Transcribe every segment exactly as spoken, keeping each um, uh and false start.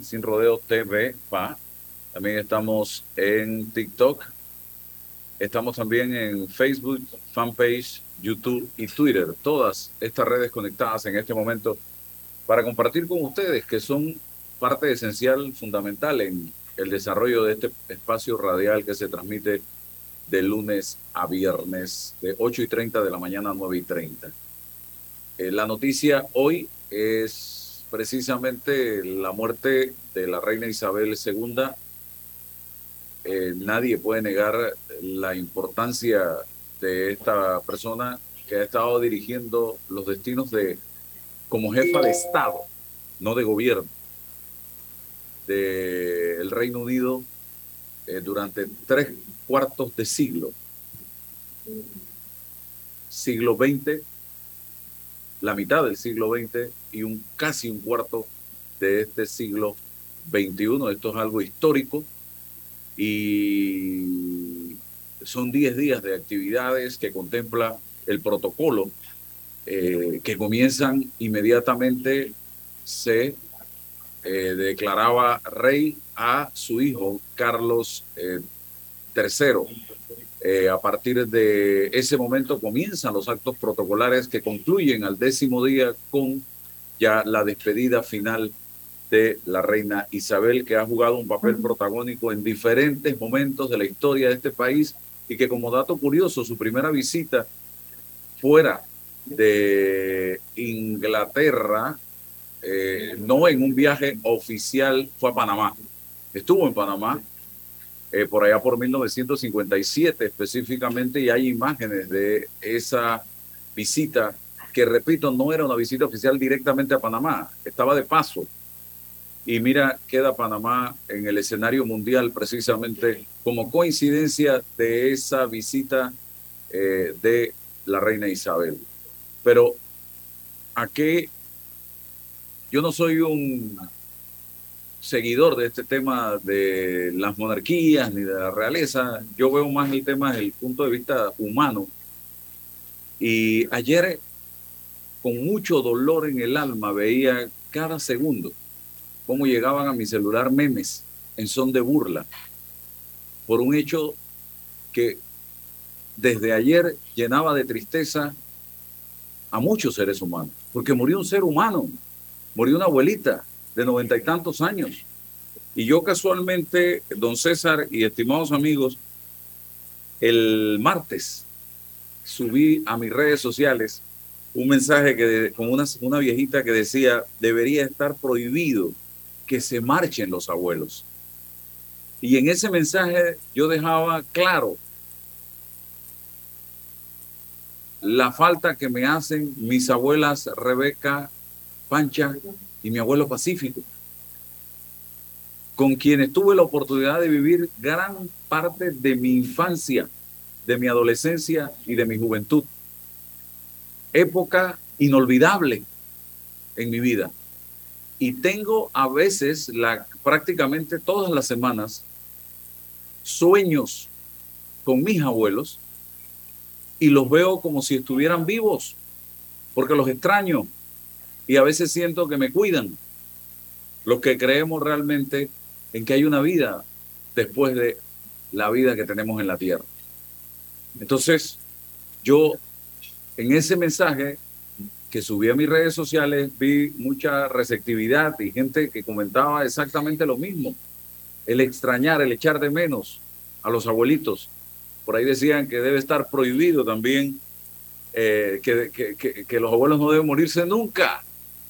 Sin Rodeo T V, pa. También estamos en TikTok. Estamos también en Facebook, fanpage, YouTube y Twitter. Todas estas redes conectadas en este momento para compartir con ustedes que son parte esencial, fundamental en el desarrollo de este espacio radial que se transmite de lunes a viernes, de ocho y treinta de la mañana a nueve y treinta. Eh, la noticia hoy es precisamente la muerte de la reina Isabel segunda. Eh, nadie puede negar la importancia de esta persona que ha estado dirigiendo los destinos de, como jefa de Estado, no de gobierno, del Reino Unido eh, durante tres cuartos de siglo, siglo veinte, la mitad del siglo veinte y un casi un cuarto de este siglo veintiuno. Esto es algo histórico y son diez días de actividades que contempla el protocolo, eh, que comienzan inmediatamente. Se eh, declaraba rey a su hijo Carlos eh, tercero. Eh, a partir de ese momento comienzan los actos protocolares que concluyen al décimo día con ya la despedida final de la reina Isabel, que ha jugado un papel protagónico en diferentes momentos de la historia de este país y que, como dato curioso, su primera visita fuera de Inglaterra, eh, no en un viaje oficial, fue a Panamá. Estuvo en Panamá eh, por allá por mil novecientos cincuenta y siete específicamente, y hay imágenes de esa visita que, repito, no era una visita oficial directamente a Panamá, estaba de paso. Y mira, queda Panamá en el escenario mundial precisamente como coincidencia de esa visita eh, de la reina Isabel. Pero a qué, yo no soy un seguidor de este tema de las monarquías ni de la realeza, yo veo más el tema desde el punto de vista humano. Y ayer, con mucho dolor en el alma, veía cada segundo cómo llegaban a mi celular memes en son de burla por un hecho que desde ayer llenaba de tristeza a muchos seres humanos, porque murió un ser humano, murió una abuelita de noventa y tantos años. Y yo casualmente, don César y estimados amigos, el martes subí a mis redes sociales un mensaje que, con una, una viejita que decía: debería estar prohibido que se marchen los abuelos. Y en ese mensaje yo dejaba claro la falta que me hacen mis abuelas Rebeca, Pancha y mi abuelo Pacífico, con quienes tuve la oportunidad de vivir gran parte de mi infancia, de mi adolescencia y de mi juventud. Época inolvidable en mi vida. Y tengo a veces, la, prácticamente todas las semanas, sueños con mis abuelos y los veo como si estuvieran vivos, porque los extraño y a veces siento que me cuidan, los que creemos realmente en que hay una vida después de la vida que tenemos en la tierra. Entonces, yo en ese mensaje que subí a mis redes sociales vi mucha receptividad y gente que comentaba exactamente lo mismo: el extrañar, el echar de menos a los abuelitos. Por ahí decían que debe estar prohibido también, eh, que, que, que, que los abuelos no deben morirse nunca.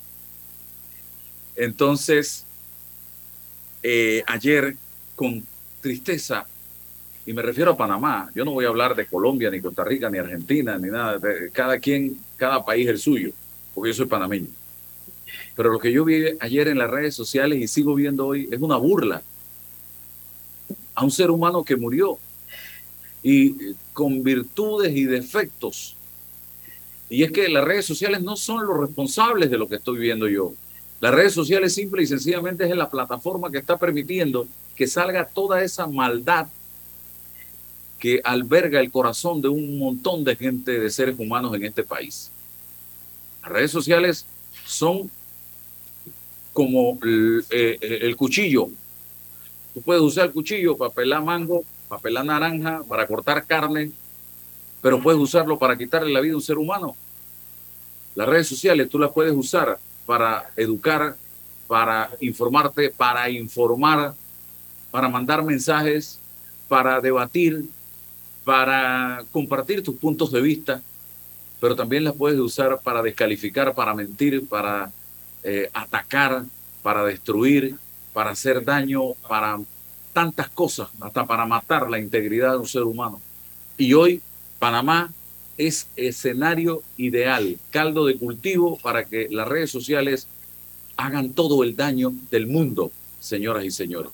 Entonces, eh, ayer, con tristeza, y me refiero a Panamá, yo no voy a hablar de Colombia, ni Costa Rica, ni Argentina, ni nada, de cada quien, cada país el suyo, porque yo soy panameño. Pero lo que yo vi ayer en las redes sociales y sigo viendo hoy es una burla a un ser humano que murió y con virtudes y defectos. Y es que las redes sociales no son los responsables de lo que estoy viendo yo. Las redes sociales simple y sencillamente es la plataforma que está permitiendo que salga toda esa maldad que alberga el corazón de un montón de gente, de seres humanos en este país. Las redes sociales son como el, eh, el cuchillo. Tú puedes usar el cuchillo para pelar mango, para pelar naranja, para cortar carne, pero puedes usarlo para quitarle la vida a un ser humano. Las redes sociales tú las puedes usar para educar, para informarte, para informar, para mandar mensajes, para debatir, para compartir tus puntos de vista, pero también las puedes usar para descalificar, para mentir, para eh, atacar, para destruir, para hacer daño, para tantas cosas, hasta para matar la integridad de un ser humano. Y hoy Panamá es escenario ideal, caldo de cultivo para que las redes sociales hagan todo el daño del mundo, señoras y señores.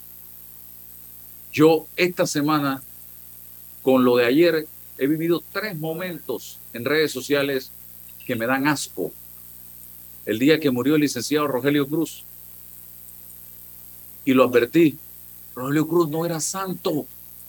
Yo esta semana, con lo de ayer, he vivido tres momentos en redes sociales que me dan asco. El día que murió el licenciado Rogelio Cruz, y lo advertí, Rogelio Cruz no era santo,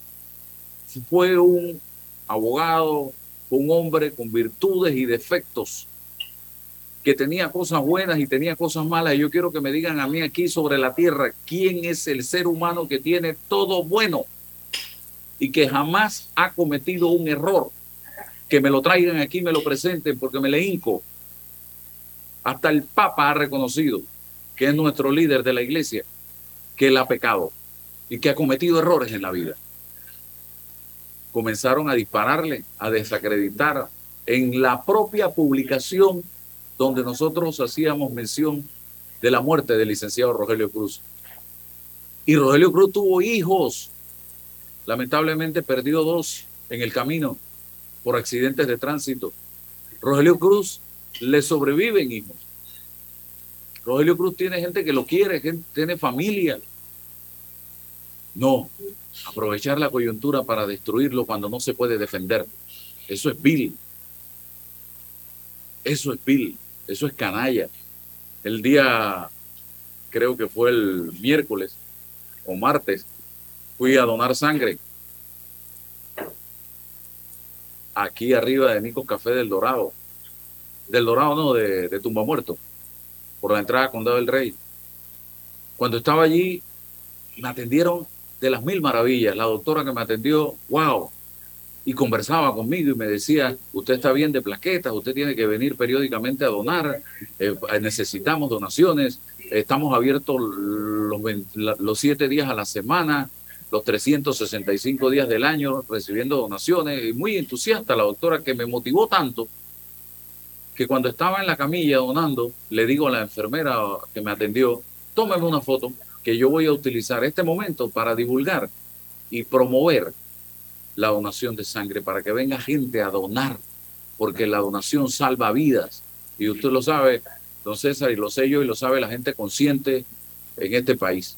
fue un abogado, un hombre con virtudes y defectos, que tenía cosas buenas y tenía cosas malas. Y yo quiero que me digan a mí aquí sobre la tierra, ¿quién es el ser humano que tiene todo bueno y que jamás ha cometido un error? Que me lo traigan aquí, me lo presenten, porque me le hinco. Hasta el Papa ha reconocido, que es nuestro líder de la iglesia, que él ha pecado y que ha cometido errores en la vida. Comenzaron a dispararle, a desacreditar en la propia publicación donde nosotros hacíamos mención de la muerte del licenciado Rogelio Cruz. Y Rogelio Cruz tuvo hijos. Lamentablemente perdió dos en el camino por accidentes de tránsito. Rogelio Cruz le sobreviven hijos. Rogelio Cruz tiene gente que lo quiere, gente, tiene familia. No, aprovechar la coyuntura para destruirlo cuando no se puede defender. Eso es vil. Eso es vil. Eso es canalla. El día, creo que fue el miércoles o martes, fui a donar sangre aquí arriba de Nico Café del Dorado. Del Dorado no, de, de Tumba Muerto, por la entrada a Condado del Rey. Cuando estaba allí, me atendieron de las mil maravillas. La doctora que me atendió, wow, y conversaba conmigo y me decía, usted está bien de plaquetas, usted tiene que venir periódicamente a donar, eh, necesitamos donaciones, estamos abiertos los, los siete días a la semana, los trescientos sesenta y cinco días del año recibiendo donaciones. Y muy entusiasta la doctora, que me motivó tanto que cuando estaba en la camilla donando, le digo a la enfermera que me atendió, tómeme una foto que yo voy a utilizar este momento para divulgar y promover la donación de sangre, para que venga gente a donar, porque la donación salva vidas. Y usted lo sabe, don César, y lo sé yo, y lo sabe la gente consciente en este país.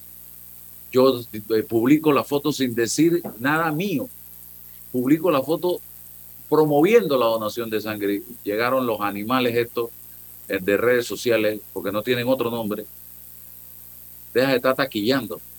Yo eh, publico la foto sin decir nada mío. Publico la foto promoviendo la donación de sangre. Llegaron los animales estos eh, de redes sociales, porque no tienen otro nombre. Deja de estar taquillando. O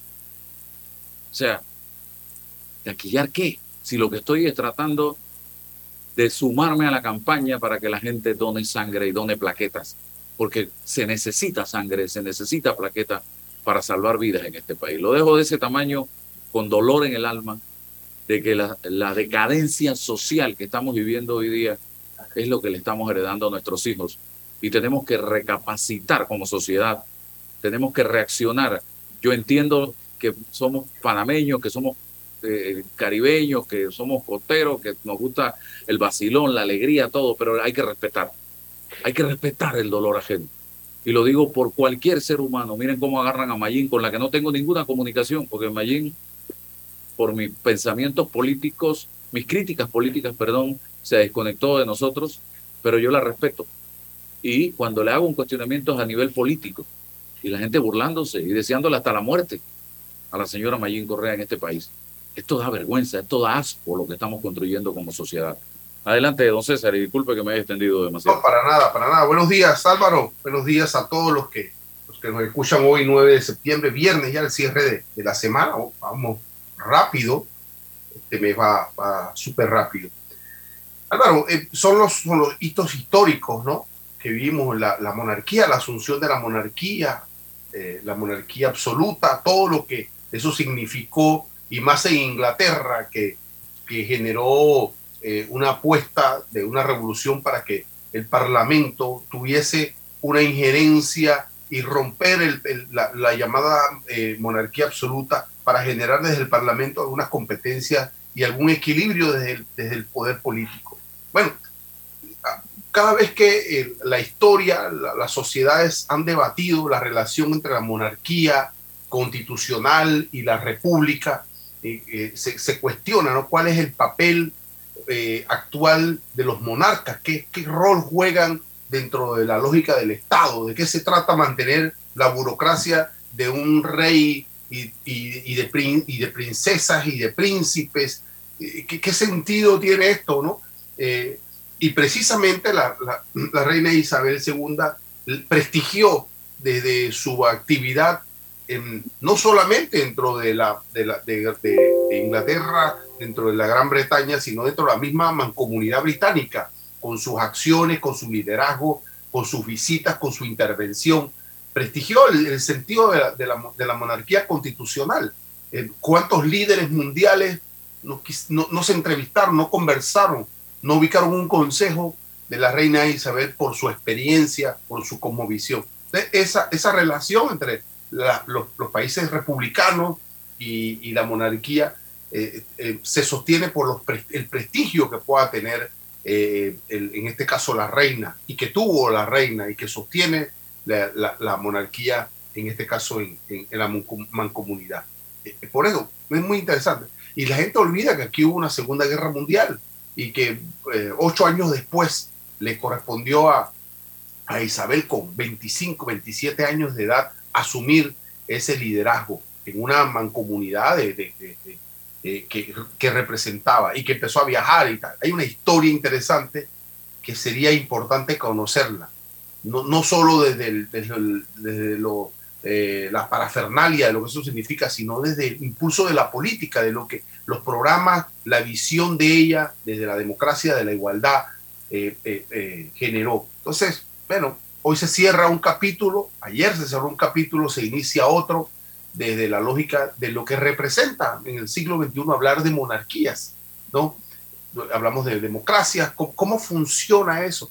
sea, ¿taquillar qué? Si lo que estoy es tratando de sumarme a la campaña para que la gente done sangre y done plaquetas, porque se necesita sangre, se necesita plaqueta para salvar vidas en este país. Lo dejo de ese tamaño, con dolor en el alma, de que la, la decadencia social que estamos viviendo hoy día es lo que le estamos heredando a nuestros hijos, y tenemos que recapacitar como sociedad, tenemos que reaccionar. Yo entiendo que somos panameños, que somos eh, caribeños, que somos costeros, que nos gusta el vacilón, la alegría, todo, pero hay que respetar, hay que respetar el dolor ajeno. Y lo digo por cualquier ser humano. Miren cómo agarran a Mayín, con la que no tengo ninguna comunicación, porque Mayín, por mis pensamientos políticos, mis críticas políticas, perdón, se desconectó de nosotros, pero yo la respeto. Y cuando le hago un cuestionamiento es a nivel político, y la gente burlándose y deseándole hasta la muerte a la señora Mayín Correa en este país. Esto da vergüenza, esto da asco lo que estamos construyendo como sociedad. Adelante, don César, y disculpe que me haya extendido demasiado. No, para nada, para nada. Buenos días, Álvaro. Buenos días a todos los que, los que nos escuchan hoy, nueve de septiembre, viernes, ya el cierre de, de la semana. Oh, vamos rápido. Este mes va, va súper rápido. Álvaro, eh, son, los, son los hitos históricos, ¿no?, que vivimos, la, la monarquía, la asunción de la monarquía, eh, la monarquía absoluta, todo lo que eso significó, y más en Inglaterra, que, que generó eh, una apuesta de una revolución para que el Parlamento tuviese una injerencia y romper el, el, la, la llamada eh, monarquía absoluta para generar desde el Parlamento algunas competencias y algún equilibrio desde el, desde el poder político. Bueno, cada vez que eh, la historia, la, las sociedades han debatido la relación entre la monarquía constitucional y la república, eh, eh, se, se cuestiona, ¿no?, cuál es el papel eh, actual de los monarcas, qué, qué rol juegan dentro de la lógica del Estado, de qué se trata mantener la burocracia de un rey y, y, y, de, y de princesas y de príncipes. ¿Qué, qué sentido tiene esto, no? Eh, y precisamente la, la, la reina Isabel segunda prestigió desde su actividad, en, no solamente dentro de, la, de, la, de, de, de Inglaterra, dentro de la Gran Bretaña, sino dentro de la misma mancomunidad británica, con sus acciones, con su liderazgo, con sus visitas, con su intervención. Prestigió el, el sentido de la, de, la, de la monarquía constitucional. Eh, ¿Cuántos líderes mundiales no, no, no se entrevistaron, no conversaron, no ubicaron un consejo de la reina Isabel por su experiencia, por su cosmovisión? Esa, esa relación entre la, los, los países republicanos y, y la monarquía eh, eh, se sostiene por los, el prestigio que pueda tener eh, el, en este caso la reina, y que tuvo la reina y que sostiene la, la, la monarquía, en este caso en, en, en la mancomunidad. Eh, por eso es muy interesante. Y la gente olvida que aquí hubo una Segunda Guerra Mundial y que eh, ocho años después le correspondió a, a Isabel, con veinticinco, veintisiete años de edad, asumir ese liderazgo en una mancomunidad de, de, de, de, de, que, que representaba y que empezó a viajar y tal. Hay una historia interesante que sería importante conocerla, no, no solo desde, el, desde, el, desde lo, eh, la parafernalia de lo que eso significa, sino desde el impulso de la política, de lo que los programas, la visión de ella desde la democracia, de la igualdad, eh, eh, eh, generó. Entonces, bueno, hoy se cierra un capítulo, ayer se cerró un capítulo, se inicia otro, desde la lógica de lo que representa en el siglo veintiuno hablar de monarquías, ¿no? Hablamos de democracia, ¿cómo, cómo funciona eso?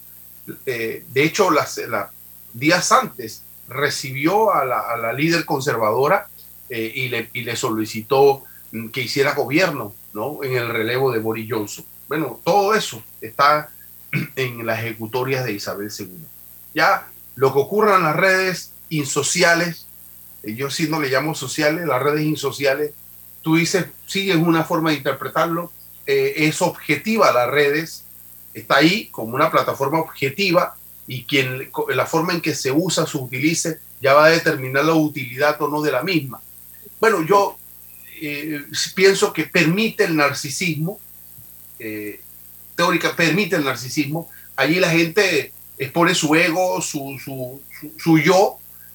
Eh, de hecho, las, la, días antes recibió a la, a la líder conservadora eh, y, le, y le solicitó que hiciera gobierno, ¿no?, en el relevo de Boris Johnson. Bueno, todo eso está en las ejecutorias de Isabel segunda. Ya lo que ocurre en las redes insociales, yo sí no le llamo sociales, las redes insociales, tú dices, sí, es una forma de interpretarlo, eh, es objetiva las redes, está ahí como una plataforma objetiva, y quien, la forma en que se usa, se utilice, ya va a determinar la utilidad o no de la misma. Bueno, yo eh, pienso que permite el narcisismo, eh, teórica, permite el narcisismo, allí la gente expone su ego, su, su, su, su yo.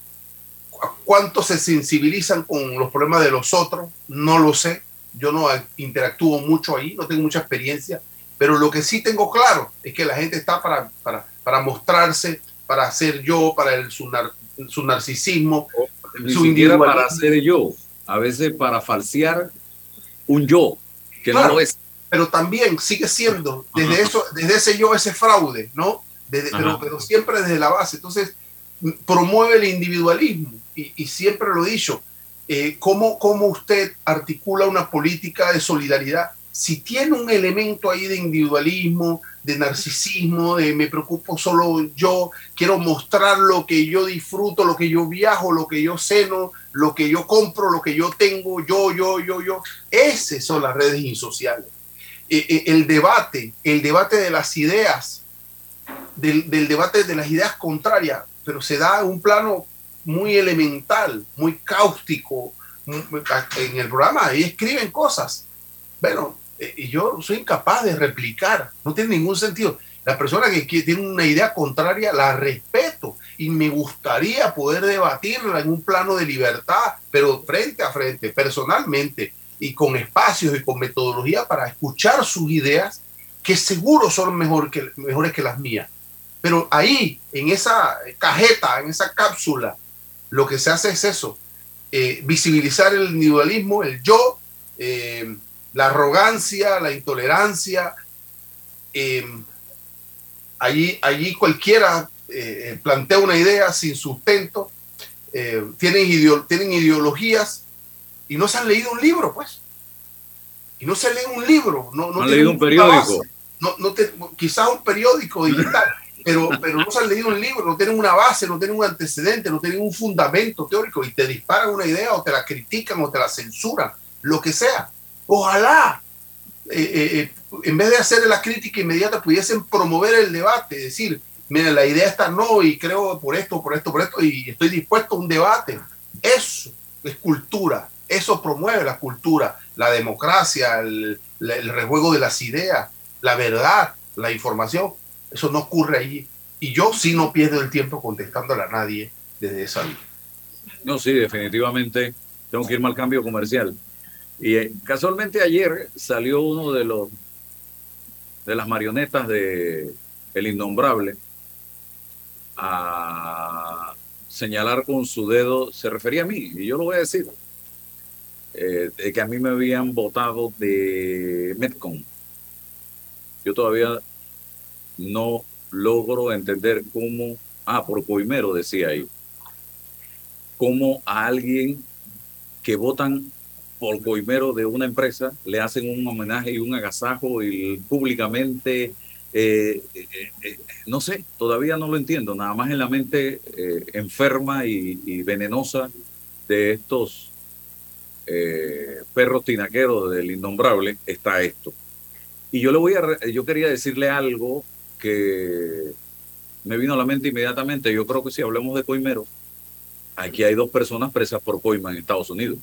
¿Cuánto se sensibilizan con los problemas de los otros? No lo sé. Yo no interactúo mucho ahí, no tengo mucha experiencia, pero lo que sí tengo claro es que la gente está para, para, para mostrarse, para ser yo, para el, su, nar, su narcisismo, o, ni su siquiera para ser yo, a veces para falsear un yo que claro, no lo es. Pero también sigue siendo desde, eso, desde ese yo, ese fraude, ¿no? Desde, pero, pero siempre desde la base. Entonces, promueve el individualismo y, y siempre lo he dicho, eh, ¿cómo, ¿cómo usted articula una política de solidaridad si tiene un elemento ahí de individualismo, de narcisismo, de me preocupo solo yo, quiero mostrar lo que yo disfruto, lo que yo viajo, lo que yo ceno, lo que yo compro, lo que yo tengo, yo, yo, yo, yo? Esas son las redes insociales. Eh, eh, el debate, el debate de las ideas, del, del debate de las ideas contrarias, pero se da en un plano muy elemental, muy cáustico. En el programa ahí escriben cosas. Bueno, y yo soy incapaz de replicar, no tiene ningún sentido. La persona que, que tiene una idea contraria la respeto y me gustaría poder debatirla en un plano de libertad, pero frente a frente, personalmente, y con espacios y con metodología para escuchar sus ideas, que seguro son mejor que, mejores que las mías. Pero ahí, en esa cajeta, en esa cápsula, lo que se hace es eso, eh, visibilizar el individualismo, el yo, eh, la arrogancia, la intolerancia. Eh, allí, allí cualquiera eh, plantea una idea sin sustento, eh, tienen, ideo, tienen ideologías y no se han leído un libro, pues. Y no se lee un libro. No, no han leído un periódico. No, no te, quizás un periódico digital, pero, pero no se han leído un libro, no tienen una base, no tienen un antecedente, no tienen un fundamento teórico y te disparan una idea o te la critican o te la censuran, lo que sea. Ojalá, eh, eh, en vez de hacer la crítica inmediata, pudiesen promover el debate, decir, mira, la idea está no y creo por esto, por esto, por esto y estoy dispuesto a un debate. Eso es cultura, eso promueve la cultura, la democracia, el, el rejuego de las ideas, la verdad, la información. Eso no ocurre allí. Y yo sí no pierdo el tiempo contestándole a nadie desde esa vía. No, sí, definitivamente tengo que irme al cambio comercial. Y eh, casualmente ayer salió uno de los de las marionetas de El Innombrable a señalar con su dedo, se refería a mí, y yo lo voy a decir, eh, de que a mí me habían votado de Metcon. Yo todavía no logro entender cómo, ah, por coimero decía ahí, cómo a alguien que votan por coimero de una empresa le hacen un homenaje y un agasajo y públicamente, eh, eh, eh, no sé, todavía no lo entiendo, nada más en la mente eh, enferma y, y venenosa de estos eh, perros tinaqueros del Innombrable está esto. Y yo le voy a, yo quería decirle algo que me vino a la mente inmediatamente. Yo creo que si hablamos de coimero, aquí hay dos personas presas por coima en Estados Unidos,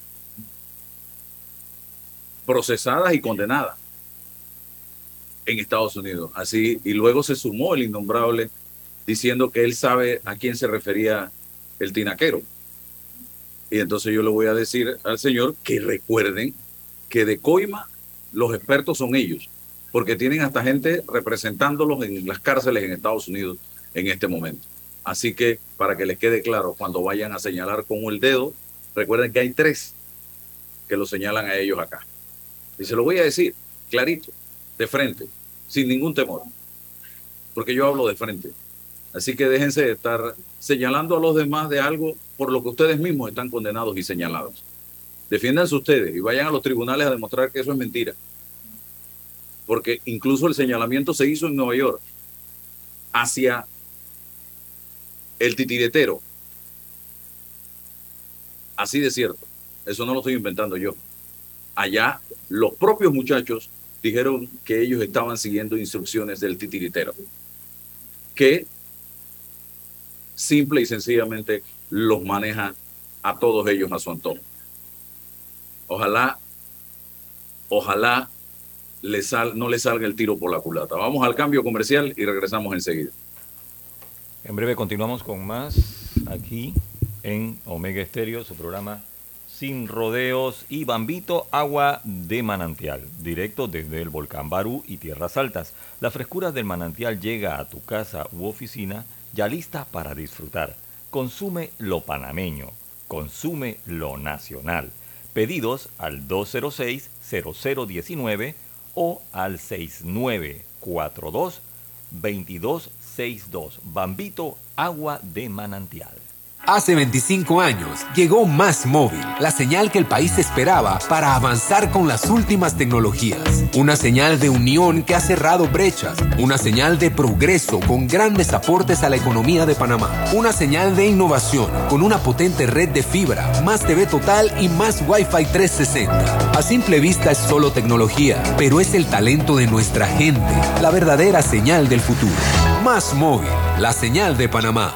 procesadas y condenadas en Estados Unidos. Así, y luego se sumó el Innombrable diciendo que él sabe a quién se refería el tinaquero. Y entonces yo le voy a decir al señor que recuerden que de coima los expertos son ellos, porque tienen hasta gente representándolos en las cárceles en Estados Unidos en este momento. Así que, para que les quede claro, cuando vayan a señalar con el dedo, recuerden que hay tres que lo señalan a ellos acá. Y se lo voy a decir clarito, de frente, sin ningún temor, porque yo hablo de frente. Así que déjense de estar señalando a los demás de algo por lo que ustedes mismos están condenados y señalados. Defiéndanse ustedes y vayan a los tribunales a demostrar que eso es mentira. Porque incluso el señalamiento se hizo en Nueva York hacia el titiritero. Así de cierto. Eso no lo estoy inventando yo. Allá los propios muchachos dijeron que ellos estaban siguiendo instrucciones del titiritero, que simple y sencillamente los maneja a todos ellos a su antojo. Ojalá, ojalá le sal, no le salga el tiro por la culata. Vamos al cambio comercial y regresamos enseguida. En breve continuamos con más aquí en Omega Estéreo, su programa Sin Rodeos y Bambito, agua de manantial, directo desde el volcán Barú y Tierras Altas. La frescura del manantial llega a tu casa u oficina ya lista para disfrutar. Consume lo panameño, consume lo nacional. Pedidos al dos cero seis, cero cero uno nueve o al seis nueve cuatro dos, dos dos seis dos. Bambito, agua de manantial. Hace veinticinco años llegó Más Móvil, la señal que el país esperaba para avanzar con las últimas tecnologías. Una señal de unión que ha cerrado brechas, una señal de progreso con grandes aportes a la economía de Panamá, una señal de innovación con una potente red de fibra, más T V total y más Wi-Fi trescientos sesenta. A simple vista es solo tecnología, pero es el talento de nuestra gente, la verdadera señal del futuro. Más Móvil, la señal de Panamá.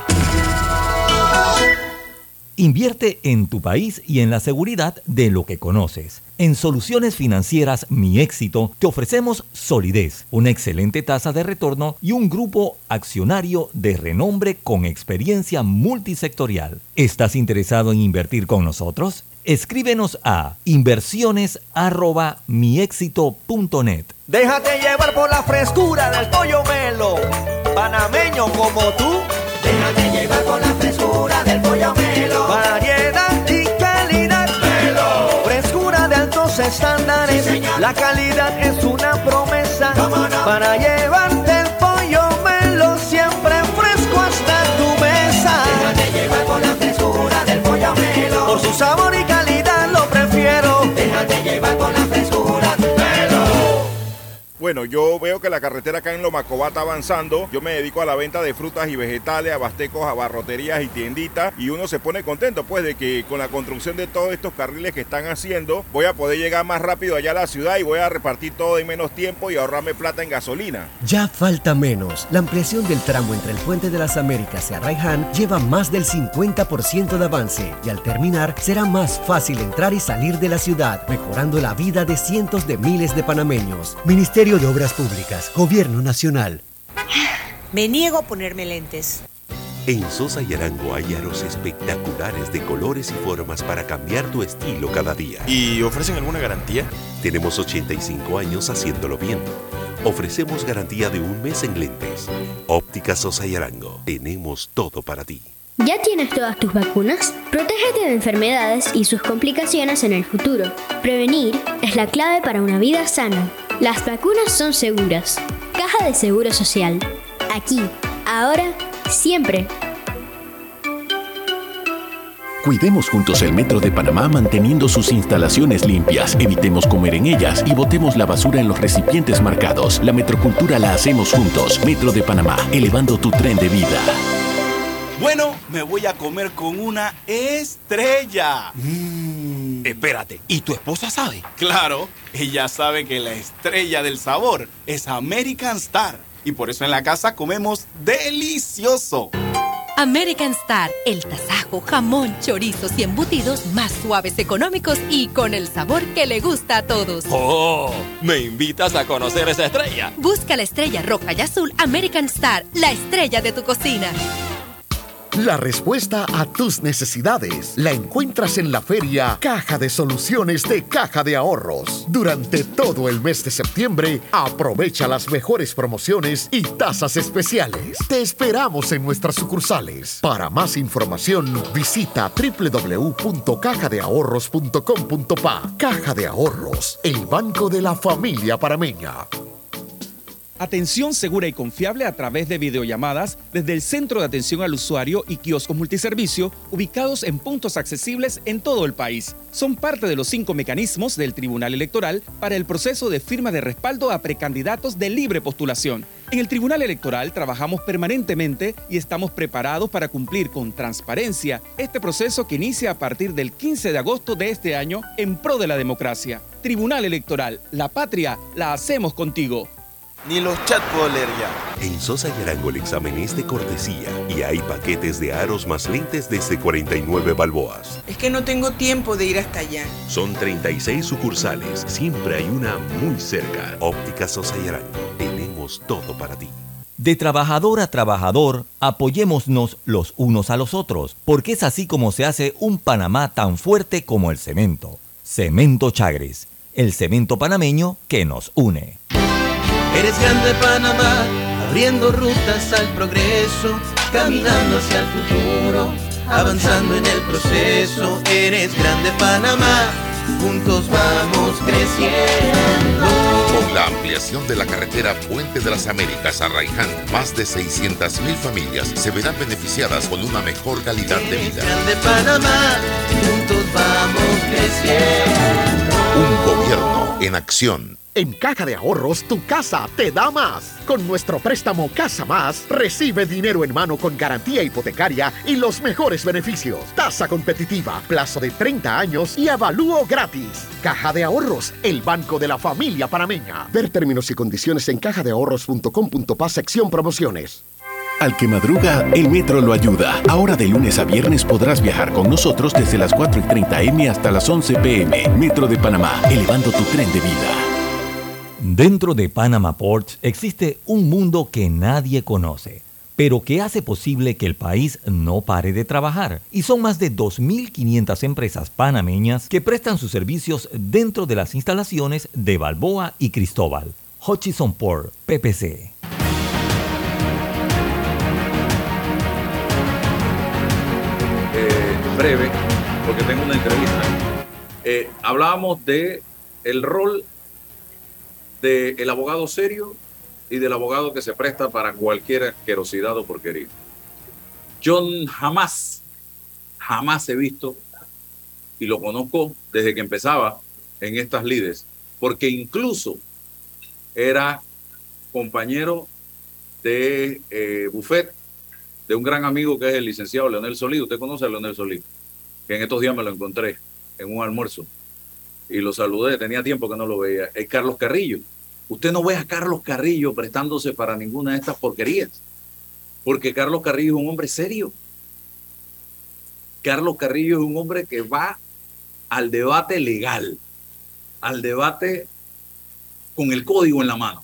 Invierte en tu país y en la seguridad de lo que conoces. En Soluciones Financieras Mi Éxito te ofrecemos solidez, una excelente tasa de retorno y un grupo accionario de renombre con experiencia multisectorial. ¿Estás interesado en invertir con nosotros? Escríbenos a inversiones arroba mi éxito punto net. Déjate llevar por la frescura del pollo melo, panameño como tú. Déjate llevar por la frescura del pollo melo. variedad y calidad. Melo. Frescura de altos estándares, sí, la calidad es una promesa para llevarte el pollo Melo siempre fresco hasta tu mesa. Déjate llevar con la frescura del pollo Melo. Por su sabor y calidad lo prefiero. Déjate llevar con la frescura Melo. Bueno, yo veo que la carretera acá en Lomacobá está avanzando. Yo me dedico a la venta de frutas y vegetales, abastecos, abarroterías y tienditas. Y uno se pone contento, pues, de que con la construcción de todos estos carriles que están haciendo, voy a poder llegar más rápido allá a la ciudad y voy a repartir todo en menos tiempo y ahorrarme plata en gasolina. Ya falta menos. La ampliación del tramo entre el Puente de las Américas y Arraiján lleva más del cincuenta por ciento de avance y al terminar será más fácil entrar y salir de la ciudad, mejorando la vida de cientos de miles de panameños. Ministerio de Obras Públicas, Gobierno Nacional. Me niego a ponerme lentes. En Sosa y Arango hay aros espectaculares de colores y formas para cambiar tu estilo cada día. ¿Y ofrecen alguna garantía? Tenemos ochenta y cinco años haciéndolo bien. Ofrecemos garantía de un mes en lentes. Óptica Sosa y Arango. Tenemos todo para ti. ¿Ya tienes todas tus vacunas? Protégete de enfermedades y sus complicaciones en el futuro. Prevenir es la clave para una vida sana. Las vacunas son seguras. Caja de Seguro Social. Aquí, ahora, siempre. Cuidemos juntos el Metro de Panamá manteniendo sus instalaciones limpias. Evitemos comer en ellas y botemos la basura en los recipientes marcados. La metrocultura la hacemos juntos. Metro de Panamá, elevando tu tren de vida. Bueno, me voy a comer con una estrella. Mm. Espérate, ¿y tu esposa sabe? Claro, ella sabe que la estrella del sabor es American Star. Y por eso en la casa comemos delicioso. American Star, el tasajo, jamón, chorizos y embutidos más suaves, económicos y con el sabor que le gusta a todos. ¡Oh! ¿Me invitas a conocer esa estrella? Busca la estrella roja y azul American Star, la estrella de tu cocina. La respuesta a tus necesidades la encuentras en la feria Caja de Soluciones de Caja de Ahorros. Durante todo el mes de septiembre, aprovecha las mejores promociones y tasas especiales. Te esperamos en nuestras sucursales. Para más información, visita doble u doble u doble u punto caja de ahorros punto com punto pa. Caja de Ahorros, el banco de la familia panameña. Atención segura y confiable a través de videollamadas desde el Centro de Atención al Usuario y kioscos multiservicio ubicados en puntos accesibles en todo el país. Son parte de los cinco mecanismos del Tribunal Electoral para el proceso de firma de respaldo a precandidatos de libre postulación. En el Tribunal Electoral trabajamos permanentemente y estamos preparados para cumplir con transparencia este proceso que inicia a partir del quince de agosto de este año en pro de la democracia. Tribunal Electoral, la patria la hacemos contigo. Ni los chats puedo leer ya. En Sosa y Arango el examen es de cortesía y hay paquetes de aros más lentes desde cuarenta y nueve balboas. Es que no tengo tiempo de ir hasta allá. Son treinta y seis sucursales, siempre hay una muy cerca. Óptica Sosa y Arango, tenemos todo para ti. De trabajador a trabajador, apoyémonos los unos a los otros, porque es así como se hace un Panamá tan fuerte como el cemento. Cemento Chagres, el cemento panameño que nos une. Eres grande Panamá, abriendo rutas al progreso, caminando hacia el futuro, avanzando en el proceso. Eres grande Panamá, juntos vamos creciendo. Con la ampliación de la carretera Puente de las Américas a Arraiján, más de seiscientas mil familias se verán beneficiadas con una mejor calidad de vida. Eres grande Panamá, juntos vamos creciendo. Un gobierno en acción. En Caja de Ahorros, tu casa te da más. Con nuestro préstamo Casa Más, recibe dinero en mano con garantía hipotecaria y los mejores beneficios. Tasa competitiva, plazo de treinta años y avalúo gratis. Caja de Ahorros, el banco de la familia panameña. Ver términos y condiciones en caja de ahorros punto com punto pa, sección promociones. Al que madruga, el metro lo ayuda. Ahora de lunes a viernes podrás viajar con nosotros desde las cuatro y treinta eme hasta las once pe eme. Metro de Panamá, elevando tu tren de vida. Dentro de Panama Ports existe un mundo que nadie conoce, pero que hace posible que el país no pare de trabajar. Y son más de dos mil quinientas empresas panameñas que prestan sus servicios dentro de las instalaciones de Balboa y Cristóbal. Hutchison Port, P P C. Eh, breve, porque tengo una entrevista. Eh, hablábamos de el rol del abogado serio y del abogado que se presta para cualquier asquerosidad o porquería. Yo jamás, jamás he visto, y lo conozco desde que empezaba en estas lides, porque incluso era compañero de eh, buffet de un gran amigo que es el licenciado Leonel Solí. Usted conoce a Leonel Solí, que en estos días me lo encontré en un almuerzo y lo saludé, tenía tiempo que no lo veía. Es Carlos Carrillo. Usted no ve a Carlos Carrillo prestándose para ninguna de estas porquerías, porque Carlos Carrillo es un hombre serio. Carlos Carrillo es un hombre que va al debate legal, al debate con el código en la mano.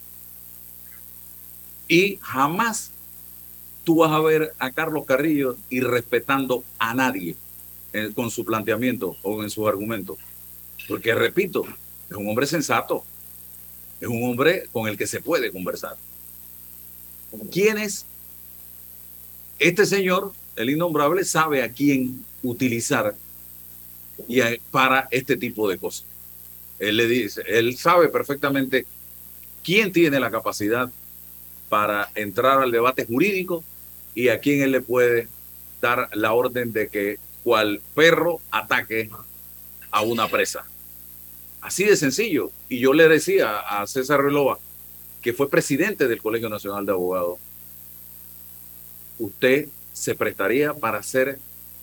Y jamás tú vas a ver a Carlos Carrillo irrespetando a nadie en, con su planteamiento o en sus argumentos. Porque, repito, es un hombre sensato, es un hombre con el que se puede conversar. ¿Quién es? Este señor, el innombrable, sabe a quién utilizar y a, para este tipo de cosas. Él le dice, él sabe perfectamente quién tiene la capacidad para entrar al debate jurídico y a quién él le puede dar la orden de que cual perro ataque a una presa. Así de sencillo. Y yo le decía a César Relova, que fue presidente del Colegio Nacional de Abogados, usted se prestaría para ser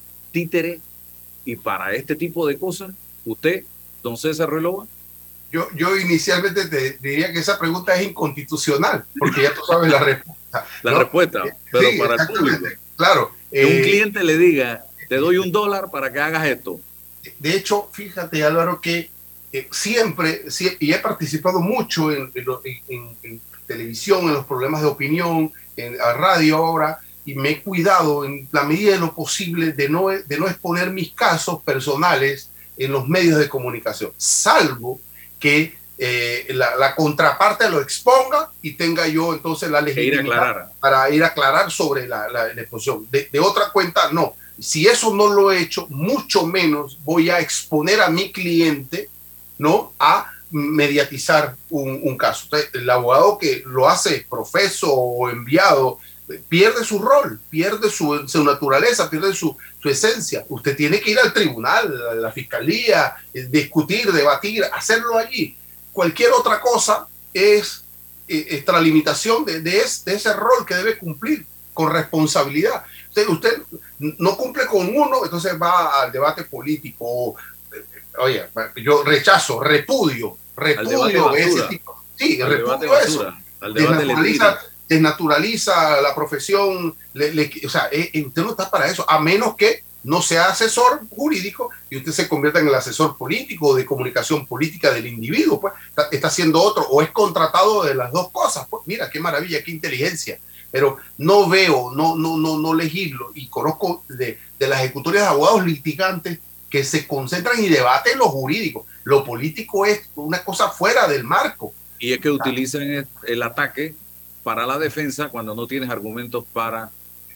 títere y para este tipo de cosas. Usted, don César Relova. Yo, yo inicialmente te diría que esa pregunta es inconstitucional, porque ya tú sabes la respuesta. La ¿no? respuesta, pero sí, para el público. Claro. Que eh, un cliente le diga, te doy un dólar para que hagas esto. De hecho, fíjate, Álvaro, que eh, siempre, siempre, y he participado mucho en, en, en, en televisión, en los problemas de opinión, en la radio ahora, y me he cuidado en la medida de lo posible de no, de no exponer mis casos personales en los medios de comunicación, salvo que eh, la, la contraparte lo exponga y tenga yo entonces la legitimidad para ir a aclarar sobre la, la, la exposición. De, de otra cuenta, no. Si eso no lo he hecho, mucho menos voy a exponer a mi cliente, ¿no?, a mediatizar un, un caso. Entonces, el abogado que lo hace profeso o enviado pierde su rol, pierde su, su naturaleza, pierde su, su esencia. Usted tiene que ir al tribunal, a la fiscalía, discutir, debatir, hacerlo allí. Cualquier otra cosa es eh, extralimitación de, de, es, de ese rol que debe cumplir con responsabilidad. Usted, usted no cumple con uno, entonces va al debate político. Oye, yo rechazo, repudio, repudio ese tipo. Sí, al repudio eso. Al debate desnaturaliza, desnaturaliza la profesión. Le, le, o sea, eh, usted no está para eso, a menos que no sea asesor jurídico y usted se convierta en el asesor político de comunicación política del individuo. Pues está, está haciendo otro o es contratado de las dos cosas. Pues mira, qué maravilla, qué inteligencia. Pero no veo, no, no, no, no legislo y conozco de, de las ejecutorias de abogados litigantes que se concentran y debaten lo jurídico. Lo político es una cosa fuera del marco. Y es que utilizan el, el ataque para la defensa cuando no tienes argumentos para...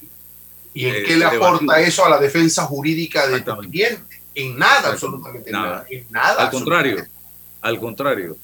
¿Y en eh, qué le aporta eso a la defensa jurídica de tu cliente? En nada, absolutamente nada. nada. En nada. Al contrario, al contrario.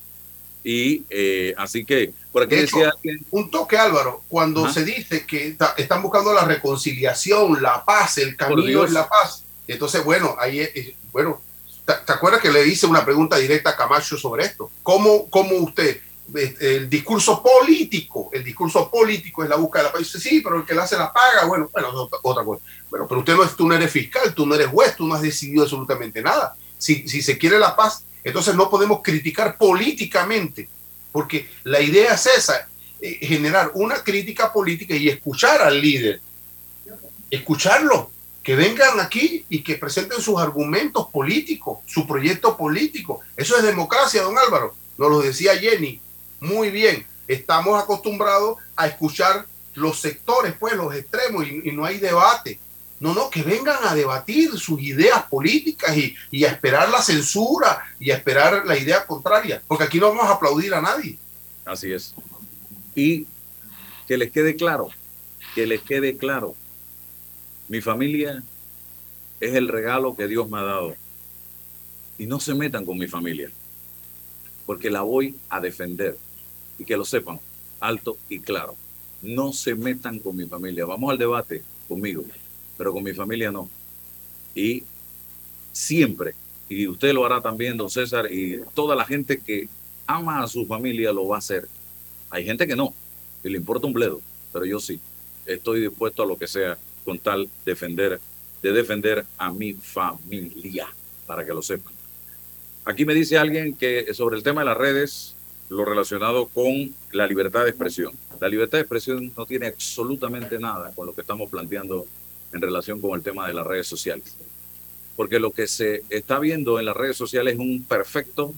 Y eh, así que, por aquí de decía hecho, alguien... Un toque, Álvaro, cuando Ajá. se dice que ta, están buscando la reconciliación, la paz, el camino es la paz. Entonces, bueno, ahí es, bueno, ¿te, ¿te acuerdas que le hice una pregunta directa a Camacho sobre esto? ¿Cómo, cómo usted, el discurso político, el discurso político es la búsqueda de la paz? Dice, sí, pero el que la hace la paga, bueno, bueno, otra, otra cosa. Bueno, pero usted no, es, tú no eres fiscal, tú no eres juez, tú no has decidido absolutamente nada. Si, si se quiere la paz, entonces no podemos criticar políticamente, porque la idea es esa, eh, generar una crítica política y escuchar al líder, escucharlo, que vengan aquí y que presenten sus argumentos políticos, su proyecto político. Eso es democracia, don Álvaro. Nos lo decía Jenny. Muy bien. Estamos acostumbrados a escuchar los sectores, pues, los extremos, y, y no hay debate. No, no, que vengan a debatir sus ideas políticas y, y a esperar la censura y a esperar la idea contraria, porque aquí no vamos a aplaudir a nadie. Así es. Y que les quede claro, que les quede claro. Mi familia es el regalo que Dios me ha dado. Y no se metan con mi familia, porque la voy a defender. Y que lo sepan, alto y claro. No se metan con mi familia. Vamos al debate conmigo, pero con mi familia no. Y siempre, y usted lo hará también, don César, y toda la gente que ama a su familia lo va a hacer. Hay gente que no, y le importa un bledo, pero yo sí. Estoy dispuesto a lo que sea con tal defender, de defender a mi familia, para que lo sepan. Aquí me dice alguien que sobre el tema de las redes, lo relacionado con la libertad de expresión. La libertad de expresión no tiene absolutamente nada con lo que estamos planteando en relación con el tema de las redes sociales. Porque lo que se está viendo en las redes sociales es un perfecto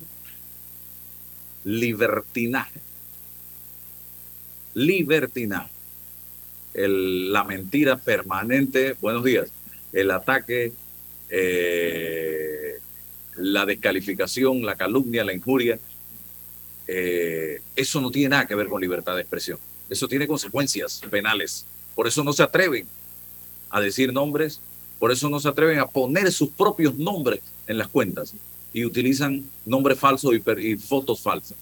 libertinaje. Libertinaje. El, la mentira permanente, buenos días, el ataque, eh, la descalificación, la calumnia, la injuria. Eh, eso no tiene nada que ver con libertad de expresión. Eso tiene consecuencias penales. Por eso no se atreven a decir nombres, por eso no se atreven a poner sus propios nombres en las cuentas y utilizan nombres falsos y, y fotos falsas.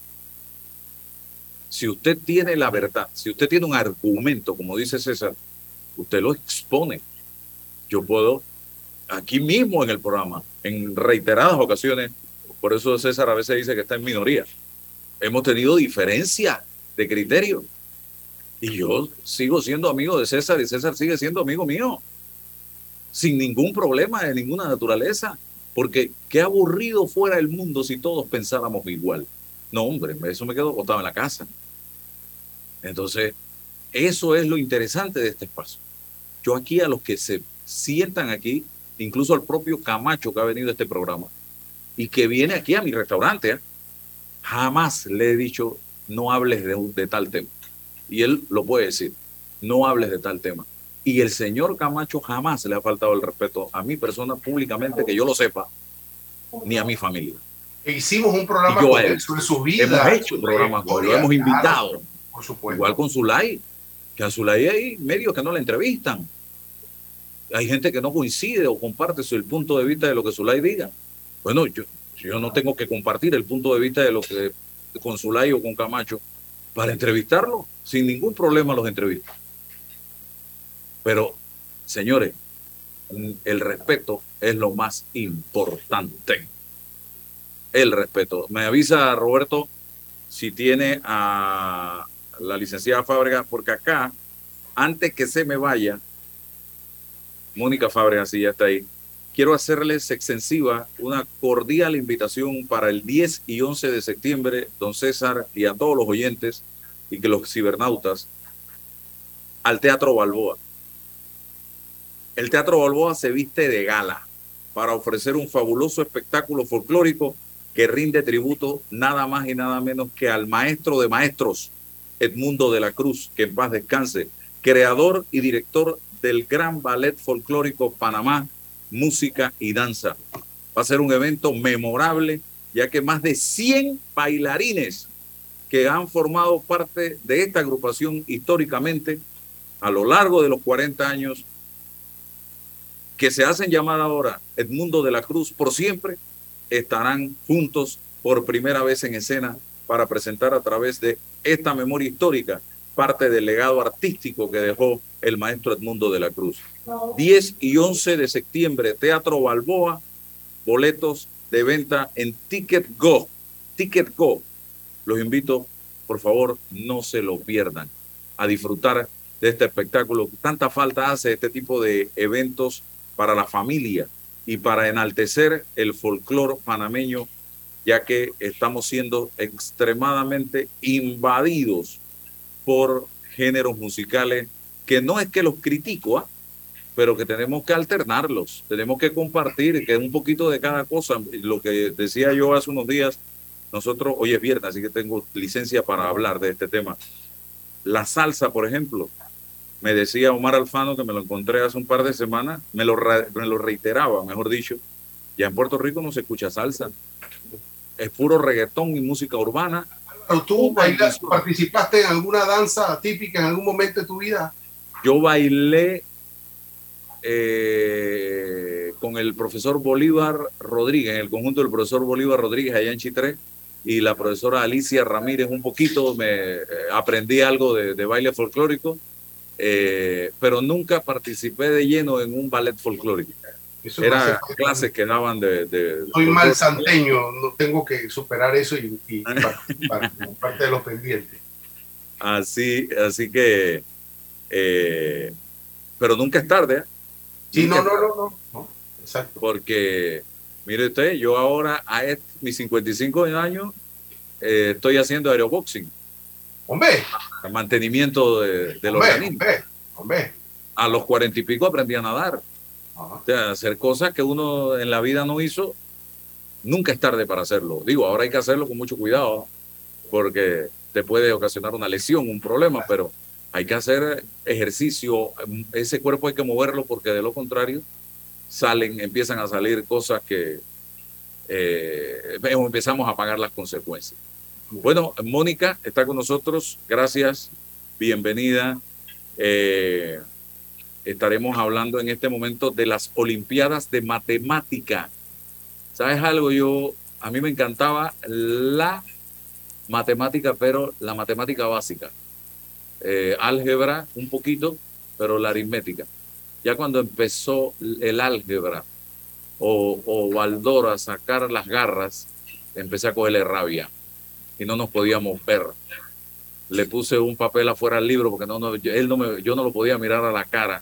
Si usted tiene la verdad, si usted tiene un argumento, como dice César, usted lo expone. Yo puedo, aquí mismo en el programa, en reiteradas ocasiones, por eso César a veces dice que está en minoría, hemos tenido diferencia de criterio. Y yo sigo siendo amigo de César y César sigue siendo amigo mío. Sin ningún problema de ninguna naturaleza. Porque qué aburrido fuera el mundo si todos pensáramos igual. No, hombre, eso me quedo botado en la casa. Entonces, eso es lo interesante de este espacio. Yo aquí a los que se sientan aquí, incluso al propio Camacho que ha venido a este programa y que viene aquí a mi restaurante, ¿eh? Jamás le he dicho, no hables de, de tal tema. Y él lo puede decir, no hables de tal tema. Y el señor Camacho jamás le ha faltado el respeto a mi persona públicamente, que yo lo sepa, ni a mi familia. E hicimos un programa con él sobre su vida. Hemos hecho programas con él, lo hemos invitado. Claro, por supuesto. Igual con Zulay, que a Zulay hay medios que no le entrevistan. Hay gente que no coincide o comparte el punto de vista de lo que Zulay diga. Bueno, yo... Yo no tengo que compartir el punto de vista de lo que con Zulay o con Camacho para entrevistarlo. Sin ningún problema los entrevisto. Pero, señores, el respeto es lo más importante. El respeto. Me avisa Roberto si tiene a la licenciada Fábrega, porque acá, antes que se me vaya, Mónica Fábrega, si ya está ahí, quiero hacerles extensiva una cordial invitación para el diez y once de septiembre, don César, y a todos los oyentes y que los cibernautas, al Teatro Balboa. El Teatro Balboa se viste de gala para ofrecer un fabuloso espectáculo folclórico que rinde tributo nada más y nada menos que al maestro de maestros, Edmundo de la Cruz, que en paz descanse, creador y director del Gran Ballet Folclórico Panamá, Música y Danza. Va a ser un evento memorable, ya que más de cien bailarines que han formado parte de esta agrupación históricamente a lo largo de los cuarenta años, que se hacen llamar ahora Edmundo de la Cruz por siempre, estarán juntos por primera vez en escena para presentar a través de esta memoria histórica parte del legado artístico que dejó el maestro Edmundo de la Cruz. diez y once de septiembre, Teatro Balboa, boletos de venta en Ticket Go. Ticket Go. Los invito, por favor, no se lo pierdan, a disfrutar de este espectáculo. Tanta falta hace este tipo de eventos para la familia y para enaltecer el folclore panameño, ya que estamos siendo extremadamente invadidos por géneros musicales que no es que los critico, ¿eh? pero que tenemos que alternarlos, tenemos que compartir, que es un poquito de cada cosa. Lo que decía yo hace unos días, nosotros, hoy es viernes, así que tengo licencia para hablar de este tema. La salsa, por ejemplo, me decía Omar Alfano, que me lo encontré hace un par de semanas, me lo, me lo reiteraba, mejor dicho, ya en Puerto Rico no se escucha salsa, es puro reggaetón y música urbana. ¿Pero tú bailas, participaste en alguna danza típica en algún momento de tu vida? Yo bailé eh, con el profesor Bolívar Rodríguez, en el conjunto del profesor Bolívar Rodríguez allá en Chitré, y la profesora Alicia Ramírez un poquito, me eh, aprendí algo de, de baile folclórico, eh, pero nunca participé de lleno en un ballet folclórico. Eso Era clases que daban de... de Soy mal santeño, no tengo que superar eso y, y participar como parte de los pendientes. Así, así que... Eh, pero nunca es tarde, ¿eh? Sí, nunca no, es no, no, no, no, exacto. Porque, mire usted, yo ahora a este, mis cincuenta y cinco años eh, estoy haciendo aeroboxing. Hombre. El mantenimiento de, del hombre, organismo. Hombre, hombre. A los cuarenta y pico aprendí a nadar. O sea, hacer cosas que uno en la vida no hizo, nunca es tarde para hacerlo. Digo, ahora hay que hacerlo con mucho cuidado, porque te puede ocasionar una lesión, un problema, pero hay que hacer ejercicio, ese cuerpo hay que moverlo, porque de lo contrario salen, empiezan a salir cosas que eh, empezamos a pagar las consecuencias. Bueno, Mónica está con nosotros, gracias, bienvenida. Eh, Estaremos hablando en este momento de las Olimpiadas de Matemática. ¿Sabes algo? Yo, a mí me encantaba la matemática, pero la matemática básica. Eh, álgebra un poquito, pero la aritmética. Ya cuando empezó el álgebra o, o Baldor a sacar las garras, empecé a cogerle rabia y no nos podíamos ver. Le puse un papel afuera al libro porque no, no, él no me, yo no lo podía mirar a la cara.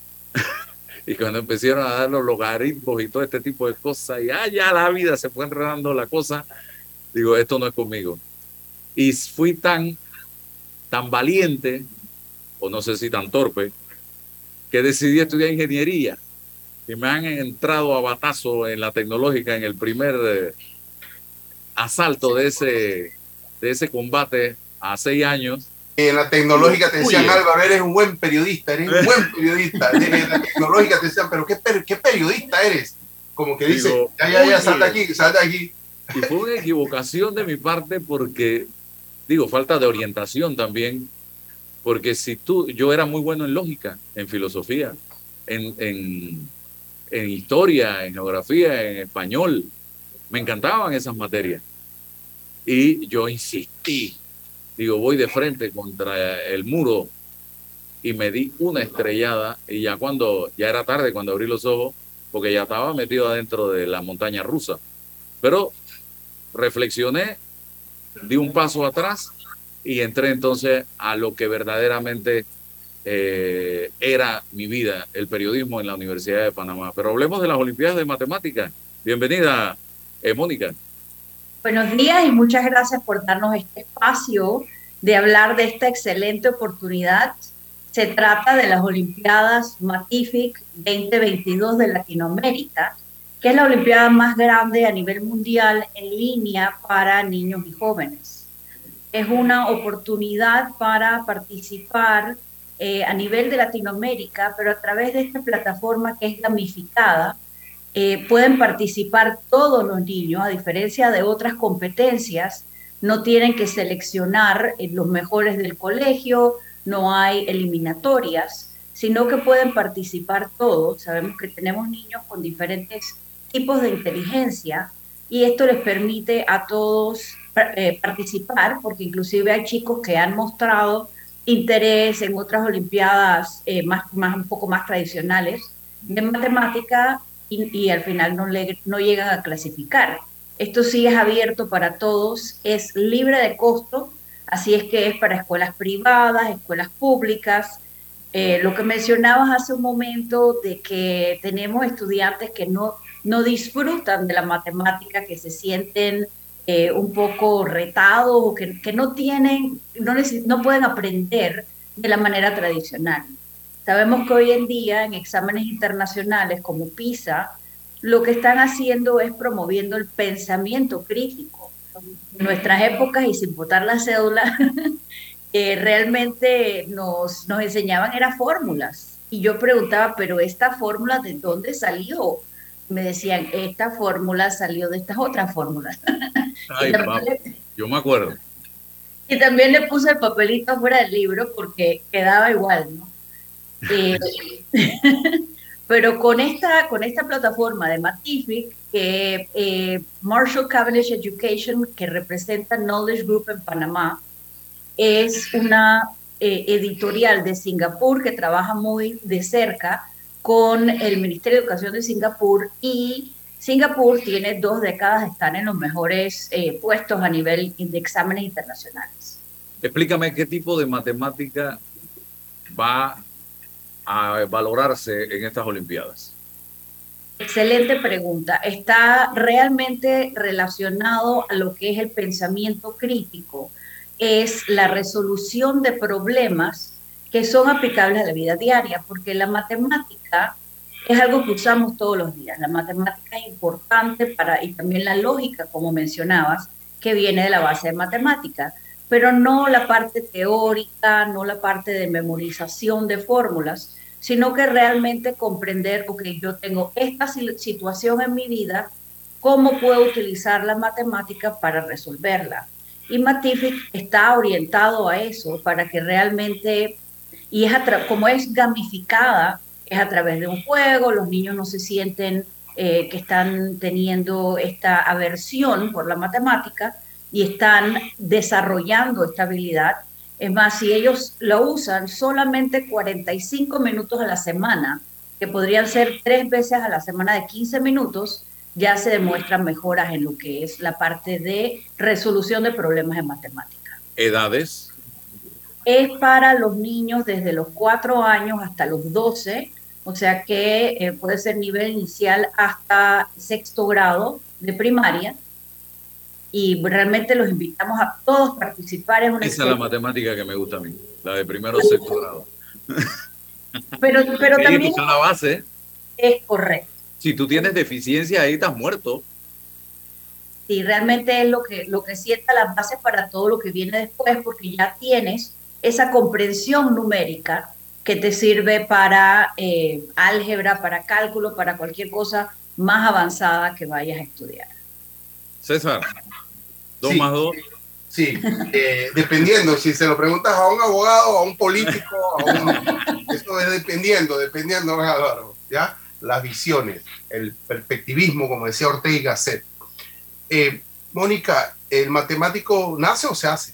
Y cuando empezaron a dar los logaritmos y todo este tipo de cosas, y ah, ya la vida se fue enredando la cosa, digo, esto no es conmigo. Y fui tan, tan valiente, o no sé si tan torpe, que decidí estudiar ingeniería. Y me han entrado a batazo en la tecnológica en el primer eh, asalto de ese, de ese combate a seis años. En la tecnológica te decían, Oye. Álvaro, eres un buen periodista, eres un buen periodista. En la tecnológica te decían, pero ¿qué, per qué periodista eres? Como que dice, Digo, ya, ya, ya, oye. salta aquí, salta aquí. Y fue una equivocación de mi parte porque, digo, falta de orientación también, porque si tú, yo era muy bueno en lógica, en filosofía, en, en, en historia, en geografía, en español, me encantaban esas materias. Y yo insistí, digo, voy de frente contra el muro y me di una estrellada y ya cuando, ya era tarde cuando abrí los ojos, porque ya estaba metido adentro de la montaña rusa. Pero reflexioné, di un paso atrás y entré entonces a lo que verdaderamente eh, era mi vida, el periodismo en la Universidad de Panamá. Pero hablemos de las Olimpiadas de Matemáticas. Bienvenida, eh, Mónica. Buenos días y muchas gracias por darnos este espacio de hablar de esta excelente oportunidad. Se trata de las Olimpiadas Matific veinte veintidós de Latinoamérica, que es la olimpiada más grande a nivel mundial en línea para niños y jóvenes. Es una oportunidad para participar eh, a nivel de Latinoamérica, pero a través de esta plataforma que es gamificada, eh, pueden participar todos los niños, a diferencia de otras competencias. No tienen que seleccionar eh, los mejores del colegio, no hay eliminatorias, sino que pueden participar todos. Sabemos que tenemos niños con diferentes tipos de inteligencia y esto les permite a todos eh, participar, porque inclusive hay chicos que han mostrado interés en otras olimpiadas eh, más, más, un poco más tradicionales de matemática y, y al final no, le, no llegan a clasificar. Esto sí es abierto para todos, es libre de costo, así es que es para escuelas privadas, escuelas públicas. Eh, lo que mencionabas hace un momento de que tenemos estudiantes que no, no disfrutan de la matemática, que se sienten eh, un poco retados o que, que no tienen, no, no pueden aprender de la manera tradicional. Sabemos que hoy en día en exámenes internacionales como PISA, lo que están haciendo es promoviendo el pensamiento crítico. En nuestras épocas, y sin botar la cédula, eh, realmente nos, nos enseñaban eran fórmulas. Y yo preguntaba, pero ¿esta fórmula de dónde salió? Me decían, esta fórmula salió de estas otras fórmulas. Ay, papá, yo me acuerdo. Y también le puse el papelito fuera del libro porque quedaba igual, ¿no? Eh, Pero con esta, con esta plataforma de Matific, que eh, Marshall Cavendish Education, que representa Knowledge Group en Panamá, es una eh, editorial de Singapur que trabaja muy de cerca con el Ministerio de Educación de Singapur, y Singapur tiene dos décadas de estar en los mejores eh, puestos a nivel de exámenes internacionales. Explícame qué tipo de matemática va a valorarse en estas Olimpiadas. Excelente pregunta. Está realmente relacionado a lo que es el pensamiento crítico. Es la resolución de problemas que son aplicables a la vida diaria, porque la matemática es algo que usamos todos los días. La matemática es importante para, y también la lógica, como mencionabas, que viene de la base de matemática, pero no la parte teórica, no la parte de memorización de fórmulas, sino que realmente comprender, ok, yo tengo esta situación en mi vida, ¿cómo puedo utilizar la matemática para resolverla? Y Matific está orientado a eso, para que realmente, y es a como es gamificada, es a través de un juego, los niños no se sienten eh, que están teniendo esta aversión por la matemática y están desarrollando esta habilidad. Es más, si ellos lo usan solamente cuarenta y cinco minutos a la semana, que podrían ser tres veces a la semana de quince minutos, ya se demuestran mejoras en lo que es la parte de resolución de problemas en matemática. ¿Edades? Es para los niños desde los cuatro años hasta los doce, o sea que eh, puede ser nivel inicial hasta sexto grado de primaria. Y realmente los invitamos a todos a participar. En una Esa es la matemática que me gusta a mí, la de primero o sexto grado. Pero, pero sí, también pues es la base. Es correcto. Si tú tienes deficiencia ahí, estás muerto. Sí, realmente es lo que, lo que sienta las bases para todo lo que viene después, porque ya tienes esa comprensión numérica que te sirve para eh, álgebra, para cálculo, para cualquier cosa más avanzada que vayas a estudiar. César, dos sí, más dos. Sí, eh, dependiendo, si se lo preguntas a un abogado, a un político, a un, eso es dependiendo, dependiendo, Álvaro, ¿ya? Las visiones, el perspectivismo, como decía Ortega y Gasset. Eh, Mónica, ¿el matemático nace o se hace?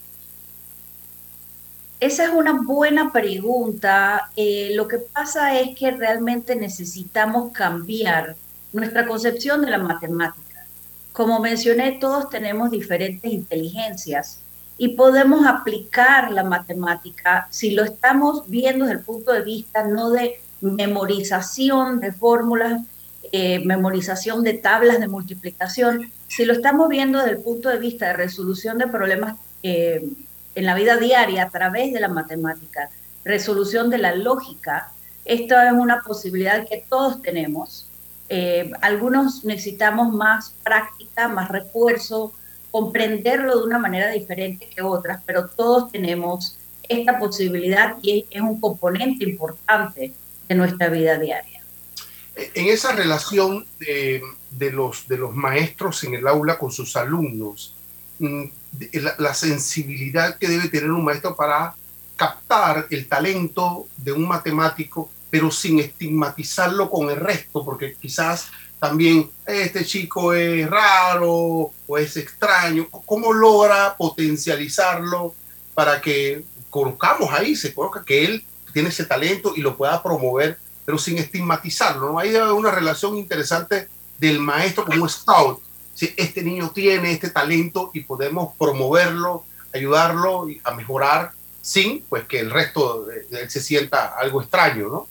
Esa es una buena pregunta. Eh, lo que pasa es que realmente necesitamos cambiar nuestra concepción de la matemática. Como mencioné, todos tenemos diferentes inteligencias y podemos aplicar la matemática si lo estamos viendo desde el punto de vista no de memorización de fórmulas, eh, memorización de tablas de multiplicación, si lo estamos viendo desde el punto de vista de resolución de problemas eh, en la vida diaria a través de la matemática, resolución de la lógica. Esto es una posibilidad que todos tenemos. Eh, algunos necesitamos más práctica, más refuerzo, comprenderlo de una manera diferente que otras, pero todos tenemos esta posibilidad y es, es un componente importante de nuestra vida diaria. En esa relación de, de, los, de los maestros en el aula con sus alumnos, la, la sensibilidad que debe tener un maestro para captar el talento de un matemático, pero sin estigmatizarlo con el resto, porque quizás también este chico es raro o es extraño. ¿Cómo logra potencializarlo para que colocamos ahí, se coloca que él tiene ese talento y lo pueda promover, pero sin estigmatizarlo, ¿no? Ahí debe haber una relación interesante del maestro como un scout. Si este niño tiene este talento y podemos promoverlo, ayudarlo a mejorar sin pues que el resto de, de él se sienta algo extraño, ¿no?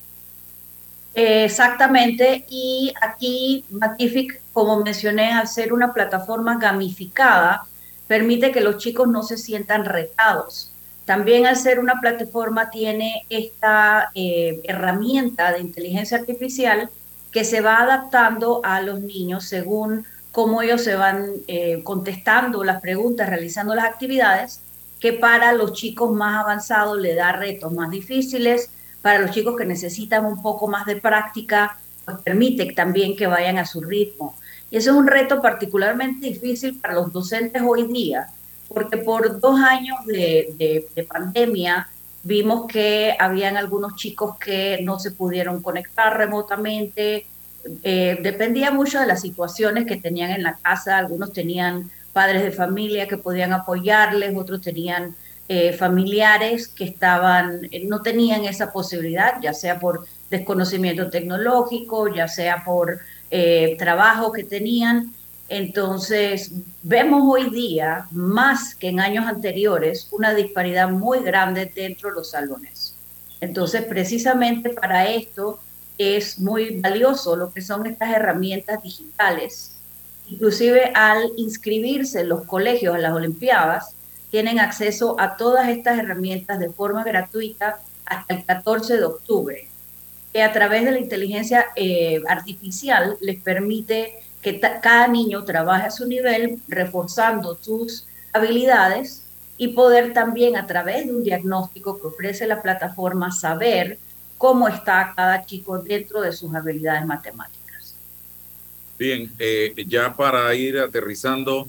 Exactamente, y aquí Matific, como mencioné, al ser una plataforma gamificada, permite que los chicos no se sientan retados. También al ser una plataforma tiene esta eh, herramienta de inteligencia artificial que se va adaptando a los niños según cómo ellos se van eh, contestando las preguntas, realizando las actividades, que para los chicos más avanzados le da retos más difíciles. Para los chicos que necesitan un poco más de práctica, pues permite también que vayan a su ritmo. Y eso es un reto particularmente difícil para los docentes hoy día, porque por dos años de, de, de pandemia vimos que habían algunos chicos que no se pudieron conectar remotamente. Eh, dependía mucho de las situaciones que tenían en la casa. Algunos tenían padres de familia que podían apoyarles, otros tenían eh, familiares que estaban, eh, no tenían esa posibilidad, ya sea por desconocimiento tecnológico, ya sea por eh, trabajo que tenían. Entonces, vemos hoy día, más que en años anteriores, una disparidad muy grande dentro de los salones. Entonces, precisamente para esto es muy valioso lo que son estas herramientas digitales. Inclusive al inscribirse en los colegios a las Olimpiadas, tienen acceso a todas estas herramientas de forma gratuita hasta el catorce de octubre, que a través de la inteligencia eh, artificial les permite que cada niño trabaje a su nivel, reforzando sus habilidades y poder también a través de un diagnóstico que ofrece la plataforma saber cómo está cada chico dentro de sus habilidades matemáticas. Bien, eh, ya para ir aterrizando,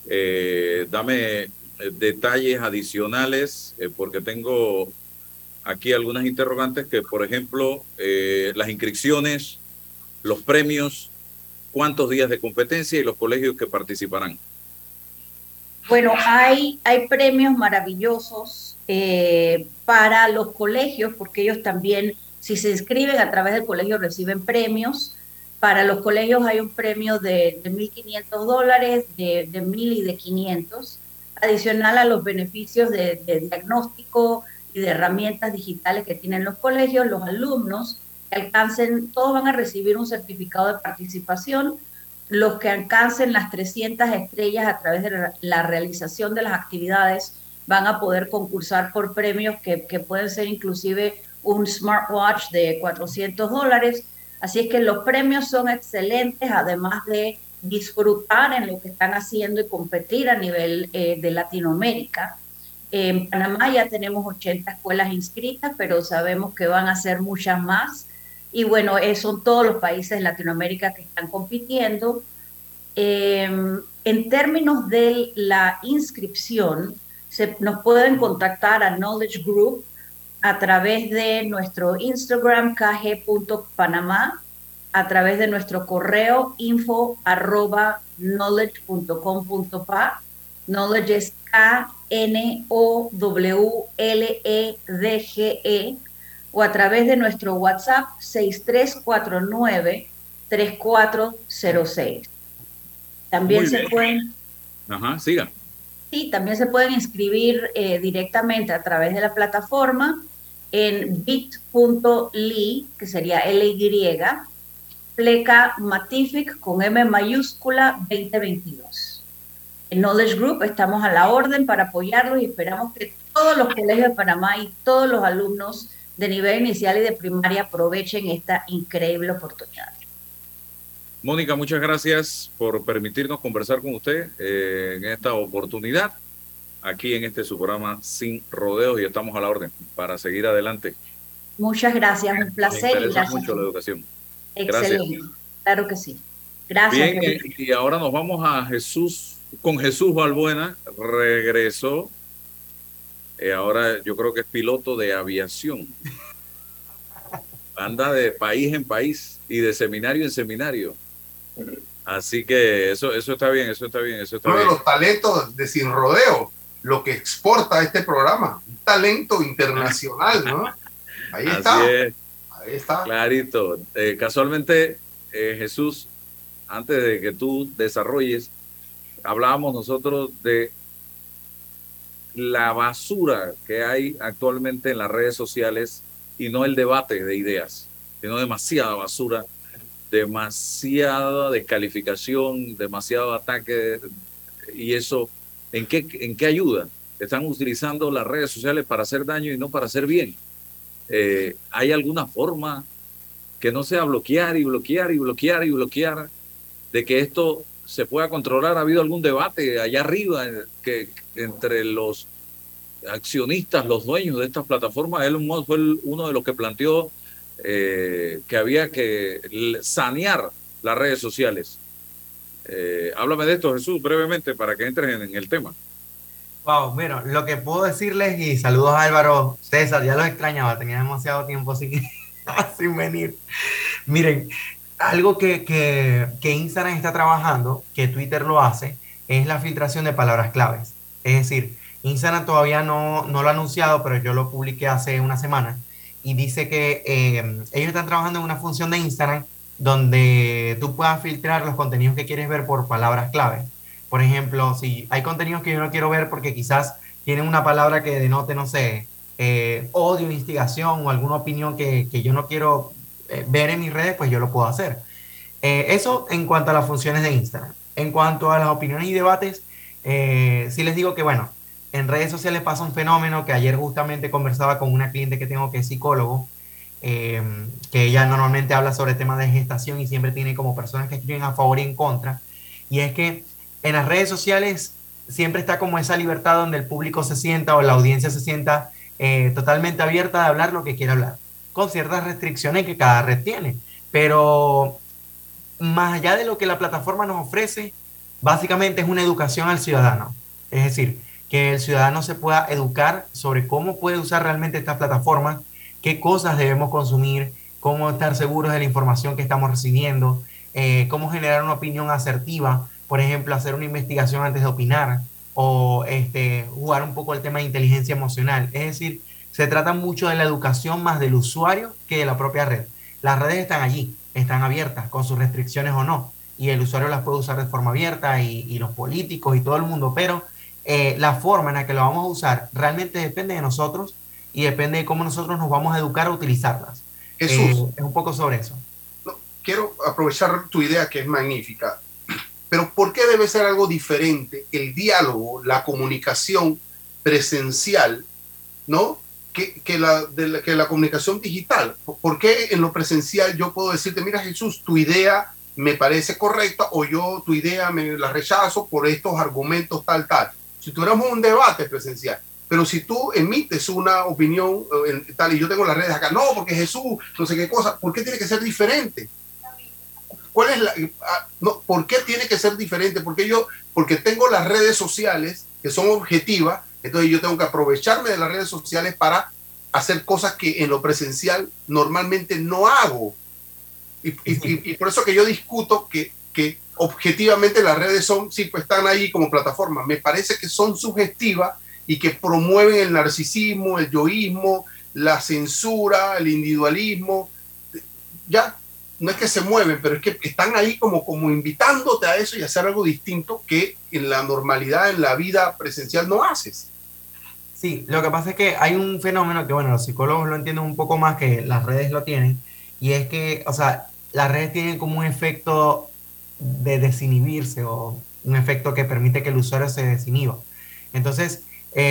eh, dame eh, detalles adicionales, eh, porque tengo aquí algunas interrogantes que, por ejemplo, eh, las inscripciones, los premios, cuántos días de competencia y los colegios que participarán. Bueno, hay, hay premios maravillosos eh, para los colegios, porque ellos también, si se inscriben a través del colegio, reciben premios. Para los colegios hay un premio de, de mil quinientos dólares, de, de mil y de quinientos, adicional a los beneficios de, de diagnóstico y de herramientas digitales que tienen los colegios. Los alumnos que alcancen, todos van a recibir un certificado de participación. Los que alcancen las trescientas estrellas a través de la realización de las actividades van a poder concursar por premios que, que pueden ser inclusive un smartwatch de cuatrocientos dólares. Así es que los premios son excelentes, además de disfrutar en lo que están haciendo y competir a nivel eh, de Latinoamérica. En Panamá ya tenemos ochenta escuelas inscritas, pero sabemos que van a ser muchas más. Y bueno, eh, son todos los países de Latinoamérica que están compitiendo. Eh, en términos de la inscripción, se, nos pueden contactar a Knowledge Group a través de nuestro Instagram k g punto panamá, a través de nuestro correo info arroba knowledge punto com punto pa. Knowledge es K N O W L E D G E, o a través de nuestro WhatsApp seis tres cuatro nueve, tres cuatro cero seis. También Muy se bien. pueden... Ajá, siga. Sí, también se pueden inscribir eh, directamente a través de la plataforma en bit punto l y, que sería L Y, pleca Matific con M mayúscula veinte veintidós. En Knowledge Group estamos a la orden para apoyarlos y esperamos que todos los colegios de Panamá y todos los alumnos de nivel inicial y de primaria aprovechen esta increíble oportunidad. Mónica, muchas gracias por permitirnos conversar con usted eh, en esta oportunidad, aquí en este su programa Sin Rodeos, y estamos a la orden para seguir adelante. Muchas gracias, un Me placer. interesa Y gracias. mucho la educación. Excelente, Gracias. claro que sí. Gracias. Bien, eh, y ahora nos vamos a Jesús, con Jesús Balbuena, regresó, eh, ahora yo creo que es piloto de aviación, anda de país en país y de seminario en seminario, así que eso, eso está bien, eso está bien, eso está Uno de bien. los talentos de Sin Rodeo, lo que exporta este programa, un talento internacional, ¿no? Ahí Así está. es. Ahí está. Clarito. Eh, casualmente, eh, Jesús, antes de que tú desarrolles, hablábamos nosotros de la basura que hay actualmente en las redes sociales y no el debate de ideas, sino demasiada basura, demasiada descalificación, demasiado ataque, y eso, ¿en qué, en qué ayuda? Están utilizando las redes sociales para hacer daño y no para hacer bien. Eh, ¿hay alguna forma que no sea bloquear y bloquear y bloquear y bloquear de que esto se pueda controlar? ¿Ha habido algún debate allá arriba que, entre los accionistas, los dueños de estas plataformas? Elon Musk fue el, uno de los que planteó eh, que había que sanear las redes sociales. Eh, háblame de esto, Jesús, brevemente, para que entres en, en el tema. Wow, bueno, lo que puedo decirles, y saludos a Álvaro, César, ya los extrañaba, tenía demasiado tiempo sin, sin venir. Miren, algo que, que, que Instagram está trabajando, que Twitter lo hace, es la filtración de palabras claves. Es decir, Instagram todavía no, no lo ha anunciado, pero yo lo publiqué hace una semana, y dice que eh, ellos están trabajando en una función de Instagram donde tú puedas filtrar los contenidos que quieres ver por palabras clave. Por ejemplo, si hay contenidos que yo no quiero ver porque quizás tienen una palabra que denote, no sé, eh, odio, instigación o alguna opinión que, que yo no quiero eh, ver en mis redes, pues yo lo puedo hacer. Eh, eso en cuanto a las funciones de Instagram. En cuanto a las opiniones y debates, eh, sí les digo que, bueno, en redes sociales pasa un fenómeno que ayer justamente conversaba con una cliente que tengo que es psicólogo, eh, que ella normalmente habla sobre temas de gestación y siempre tiene como personas que escriben a favor y en contra, y es que en las redes sociales siempre está como esa libertad donde el público se sienta o la audiencia se sienta eh, totalmente abierta de hablar lo que quiera hablar, con ciertas restricciones que cada red tiene. Pero más allá de lo que la plataforma nos ofrece, básicamente es una educación al ciudadano. Es decir, que el ciudadano se pueda educar sobre cómo puede usar realmente estas plataformas, qué cosas debemos consumir, cómo estar seguros de la información que estamos recibiendo, eh, cómo generar una opinión asertiva. Por ejemplo, hacer una investigación antes de opinar o este, jugar un poco el tema de inteligencia emocional. Es decir, se trata mucho de la educación más del usuario que de la propia red. Las redes están allí, están abiertas, con sus restricciones o no, y el usuario las puede usar de forma abierta y, y los políticos y todo el mundo, pero eh, la forma en la que lo vamos a usar realmente depende de nosotros y depende de cómo nosotros nos vamos a educar a utilizarlas. Jesús, eh, es un poco sobre eso. No, quiero aprovechar tu idea que es magnífica. Pero ¿por qué debe ser algo diferente el diálogo, la comunicación presencial, ¿no? que, que, la, de la, que la comunicación digital? ¿Por qué en lo presencial yo puedo decirte, mira Jesús, tu idea me parece correcta o yo tu idea me la rechazo por estos argumentos tal, tal? Si tuviéramos un debate presencial, pero si tú emites una opinión tal y yo tengo las redes acá, no, porque Jesús, no sé qué cosa, ¿por qué tiene que ser diferente? ¿Cuál es la, no, ¿Por qué tiene que ser diferente? Porque yo, porque tengo las redes sociales que son objetivas, entonces yo tengo que aprovecharme de las redes sociales para hacer cosas que en lo presencial normalmente no hago. Y, y, y por eso que yo discuto que, que objetivamente las redes son, sí, pues están ahí como plataforma. Me parece que son sugestivas y que promueven el narcisismo, el yoísmo, la censura, el individualismo. Ya. No es que se mueven, pero es que están ahí como, como invitándote a eso y a hacer algo distinto que en la normalidad, en la vida presencial no haces. Sí, lo que pasa es que hay un fenómeno que, bueno, los psicólogos lo entienden un poco más que las redes lo tienen, y es que, o sea, las redes tienen como un efecto de desinhibirse o un efecto que permite que el usuario se desinhiba. Entonces,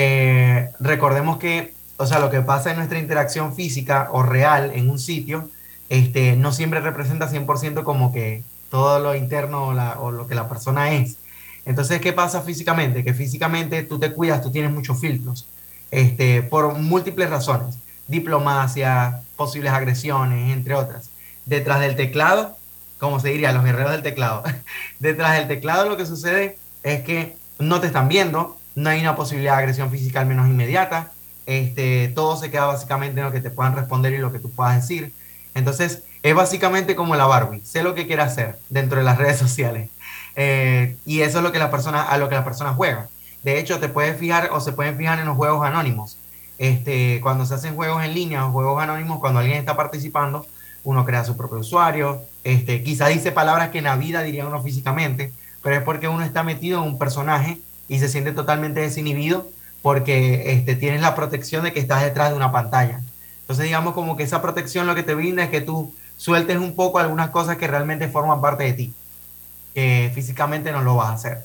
eh, recordemos que, o sea, lo que pasa en nuestra interacción física o real en un sitio, Este, no siempre representa cien por ciento como que todo lo interno o, la, o lo que la persona es. Entonces, ¿qué pasa físicamente? Que físicamente tú te cuidas, tú tienes muchos filtros, este, por múltiples razones. Diplomacia, posibles agresiones, entre otras. Detrás del teclado, como se diría, los guerreros del teclado. Detrás del teclado lo que sucede es que no te están viendo, no hay una posibilidad de agresión física al menos inmediata, este, todo se queda básicamente en lo que te puedan responder y lo que tú puedas decir. Entonces, es básicamente como la Barbie. Sé lo que quiere hacer dentro de las redes sociales. Eh, y eso es lo que la persona, a lo que las personas juegan. De hecho, te puedes fijar o se pueden fijar en los juegos anónimos. Este, cuando se hacen juegos en línea o juegos anónimos, cuando alguien está participando, uno crea su propio usuario. Este, quizá dice palabras que en la vida diría uno físicamente, pero es porque uno está metido en un personaje y se siente totalmente desinhibido porque este, tienes la protección de que estás detrás de una pantalla. Entonces, digamos como que esa protección lo que te brinda es que tú sueltes un poco algunas cosas que realmente forman parte de ti, que físicamente no lo vas a hacer.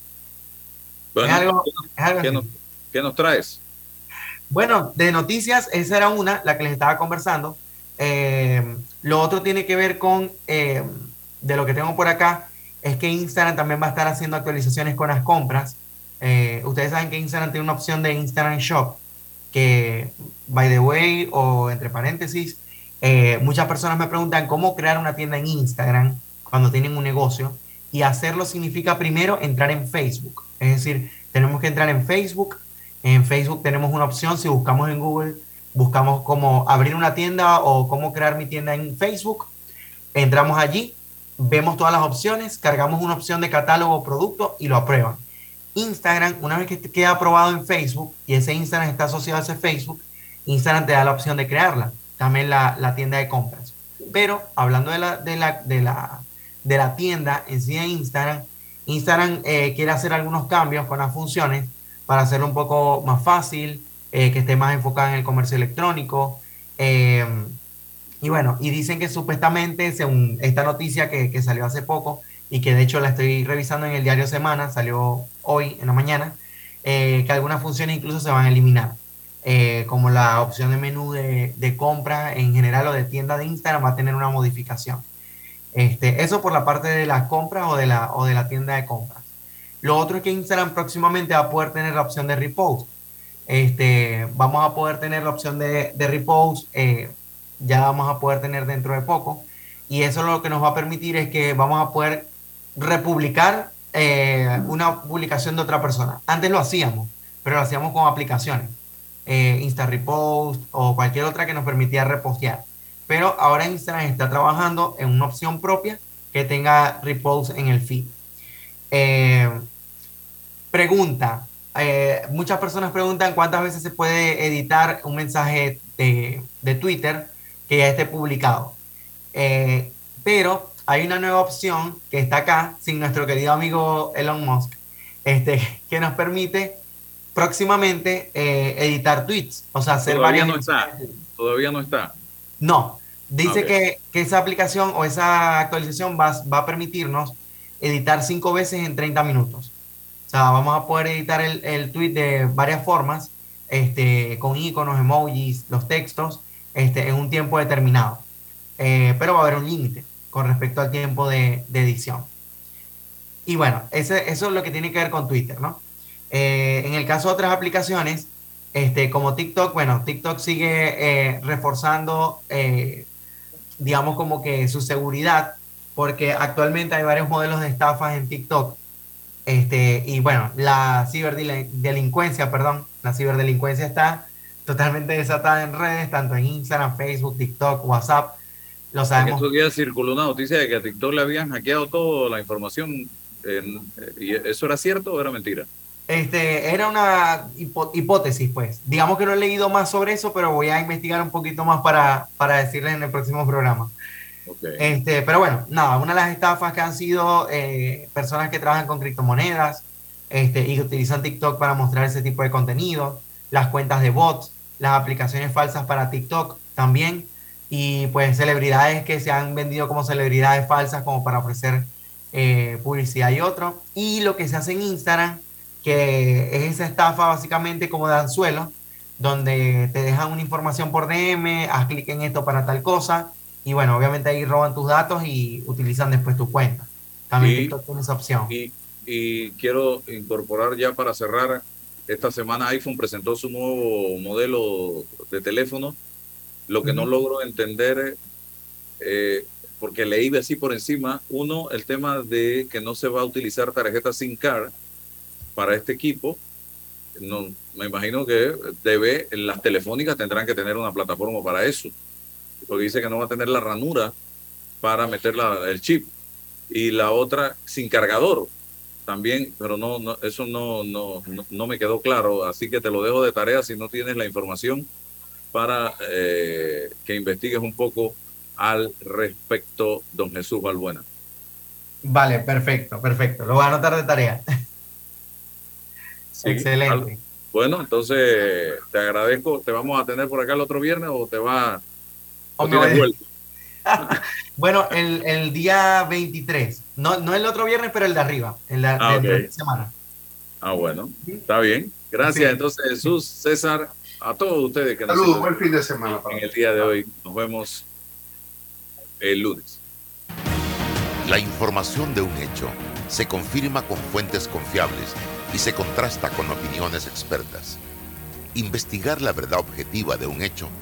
Bueno, es algo, es algo ¿qué, nos, ¿Qué nos traes? Bueno, de noticias, esa era una, la que les estaba conversando. Eh, lo otro tiene que ver con, eh, de lo que tengo por acá, es que Instagram también va a estar haciendo actualizaciones con las compras. Eh, ustedes saben que Instagram tiene una opción de Instagram Shop, que, by the way, o entre paréntesis, eh, muchas personas me preguntan cómo crear una tienda en Instagram cuando tienen un negocio, y hacerlo significa primero entrar en Facebook. Es decir, tenemos que entrar en Facebook, En Facebook tenemos una opción, si buscamos en Google, buscamos cómo abrir una tienda o cómo crear mi tienda en Facebook, entramos allí, vemos todas las opciones, cargamos una opción de catálogo o producto y lo aprueban. Instagram, una vez que queda aprobado en Facebook y ese Instagram está asociado a ese Facebook, Instagram te da la opción de crearla, también la, la tienda de compras. Pero hablando de la, de la, de la, de la tienda en sí de Instagram, Instagram eh, quiere hacer algunos cambios con las funciones para hacerlo un poco más fácil, eh, que esté más enfocada en el comercio electrónico. Eh, y bueno, y dicen que supuestamente, según esta noticia que, que salió hace poco, y que de hecho la estoy revisando en el diario Semana, salió hoy en la mañana, eh, que algunas funciones incluso se van a eliminar, eh, como la opción de menú de, de compra en general o de tienda de Instagram va a tener una modificación. Este, eso por la parte de las compras o de la, o de la tienda de compras. Lo otro es que Instagram próximamente va a poder tener la opción de repost. Este, vamos a poder tener la opción de, de repost, eh, ya vamos a poder tener dentro de poco, y eso lo que nos va a permitir es que vamos a poder republicar eh, una publicación de otra persona. Antes lo hacíamos, pero lo hacíamos con aplicaciones, eh, Insta Repost o cualquier otra que nos permitía repostear. Pero ahora Instagram está trabajando en una opción propia que tenga repost en el feed. Eh, pregunta, eh, muchas personas preguntan cuántas veces se puede editar un mensaje de, de Twitter que ya esté publicado. Eh, pero hay una nueva opción que está acá, sin nuestro querido amigo Elon Musk, este, que nos permite próximamente eh, editar tweets, o sea, hacer Todavía varias... no está, todavía no está. No, dice Okay. que, que esa aplicación o esa actualización va, va a permitirnos editar cinco veces en treinta minutos. O sea, vamos a poder editar el, el tweet de varias formas, este, con iconos, emojis, los textos, este, en un tiempo determinado. Eh, pero va a haber un límite con respecto al tiempo de, de edición. Y bueno, ese, eso es lo que tiene que ver con Twitter, ¿no? Eh, en el caso de otras aplicaciones, este, como TikTok, bueno, TikTok sigue eh, reforzando, eh, digamos, como que su seguridad, porque actualmente hay varios modelos de estafas en TikTok. Este, y bueno, la ciberdelincuencia, perdón, la ciberdelincuencia está totalmente desatada en redes, tanto en Instagram, Facebook, TikTok, WhatsApp. Lo sabemos. En estos días circuló una noticia de que a TikTok le habían hackeado toda la información. En, ¿Y eso era cierto o era mentira? Este, era una hipo- hipótesis, pues. Digamos que no he leído más sobre eso, pero voy a investigar un poquito más para, para decirles en el próximo programa. Okay. Este, pero bueno, nada, una de las estafas que han sido eh, personas que trabajan con criptomonedas este, y que utilizan TikTok para mostrar ese tipo de contenido, las cuentas de bots, las aplicaciones falsas para TikTok también, y pues celebridades que se han vendido como celebridades falsas como para ofrecer eh, publicidad y otro. Y lo que se hace en Instagram, que es esa estafa básicamente como de anzuelo, donde te dejan una información por D M, haz clic en esto para tal cosa, y bueno, obviamente ahí roban tus datos y utilizan después tu cuenta. También Y- TikTok tiene esa opción. Y, y quiero incorporar ya para cerrar, esta semana iPhone presentó su nuevo modelo de teléfono. Lo que no Ujú. logro entender, eh, porque leí así por encima, uno, el tema de que no se va a utilizar tarjeta SIM card para este equipo. No, me imagino que debe, las telefónicas tendrán que tener una plataforma para eso, porque dice que no va a tener la ranura para meter la- el chip. Y la otra sin cargador también, pero no, no eso no, no, no, no me quedó claro, así que te lo dejo de tarea si no tienes la información para eh, que investigues un poco al respecto, don Jesús Balbuena. Vale, perfecto, perfecto. Lo voy a anotar de tarea. Sí, Excelente. al- Bueno, entonces te agradezco. ¿Te vamos a tener por acá el otro viernes o te va o O me tienes voy- vuelta? Bueno, el, el día veintitrés, no, no el otro viernes, pero el de arriba, el de, Ah, dentro ok. de esta semana. Ah, bueno, está bien. Gracias. Sí. Entonces, Jesús, César, a todos ustedes que nos Saludos, siguen buen fin de semana para en el día de hoy. Nos vemos el lunes. La información de un hecho se confirma con fuentes confiables y se contrasta con opiniones expertas. Investigar la verdad objetiva de un hecho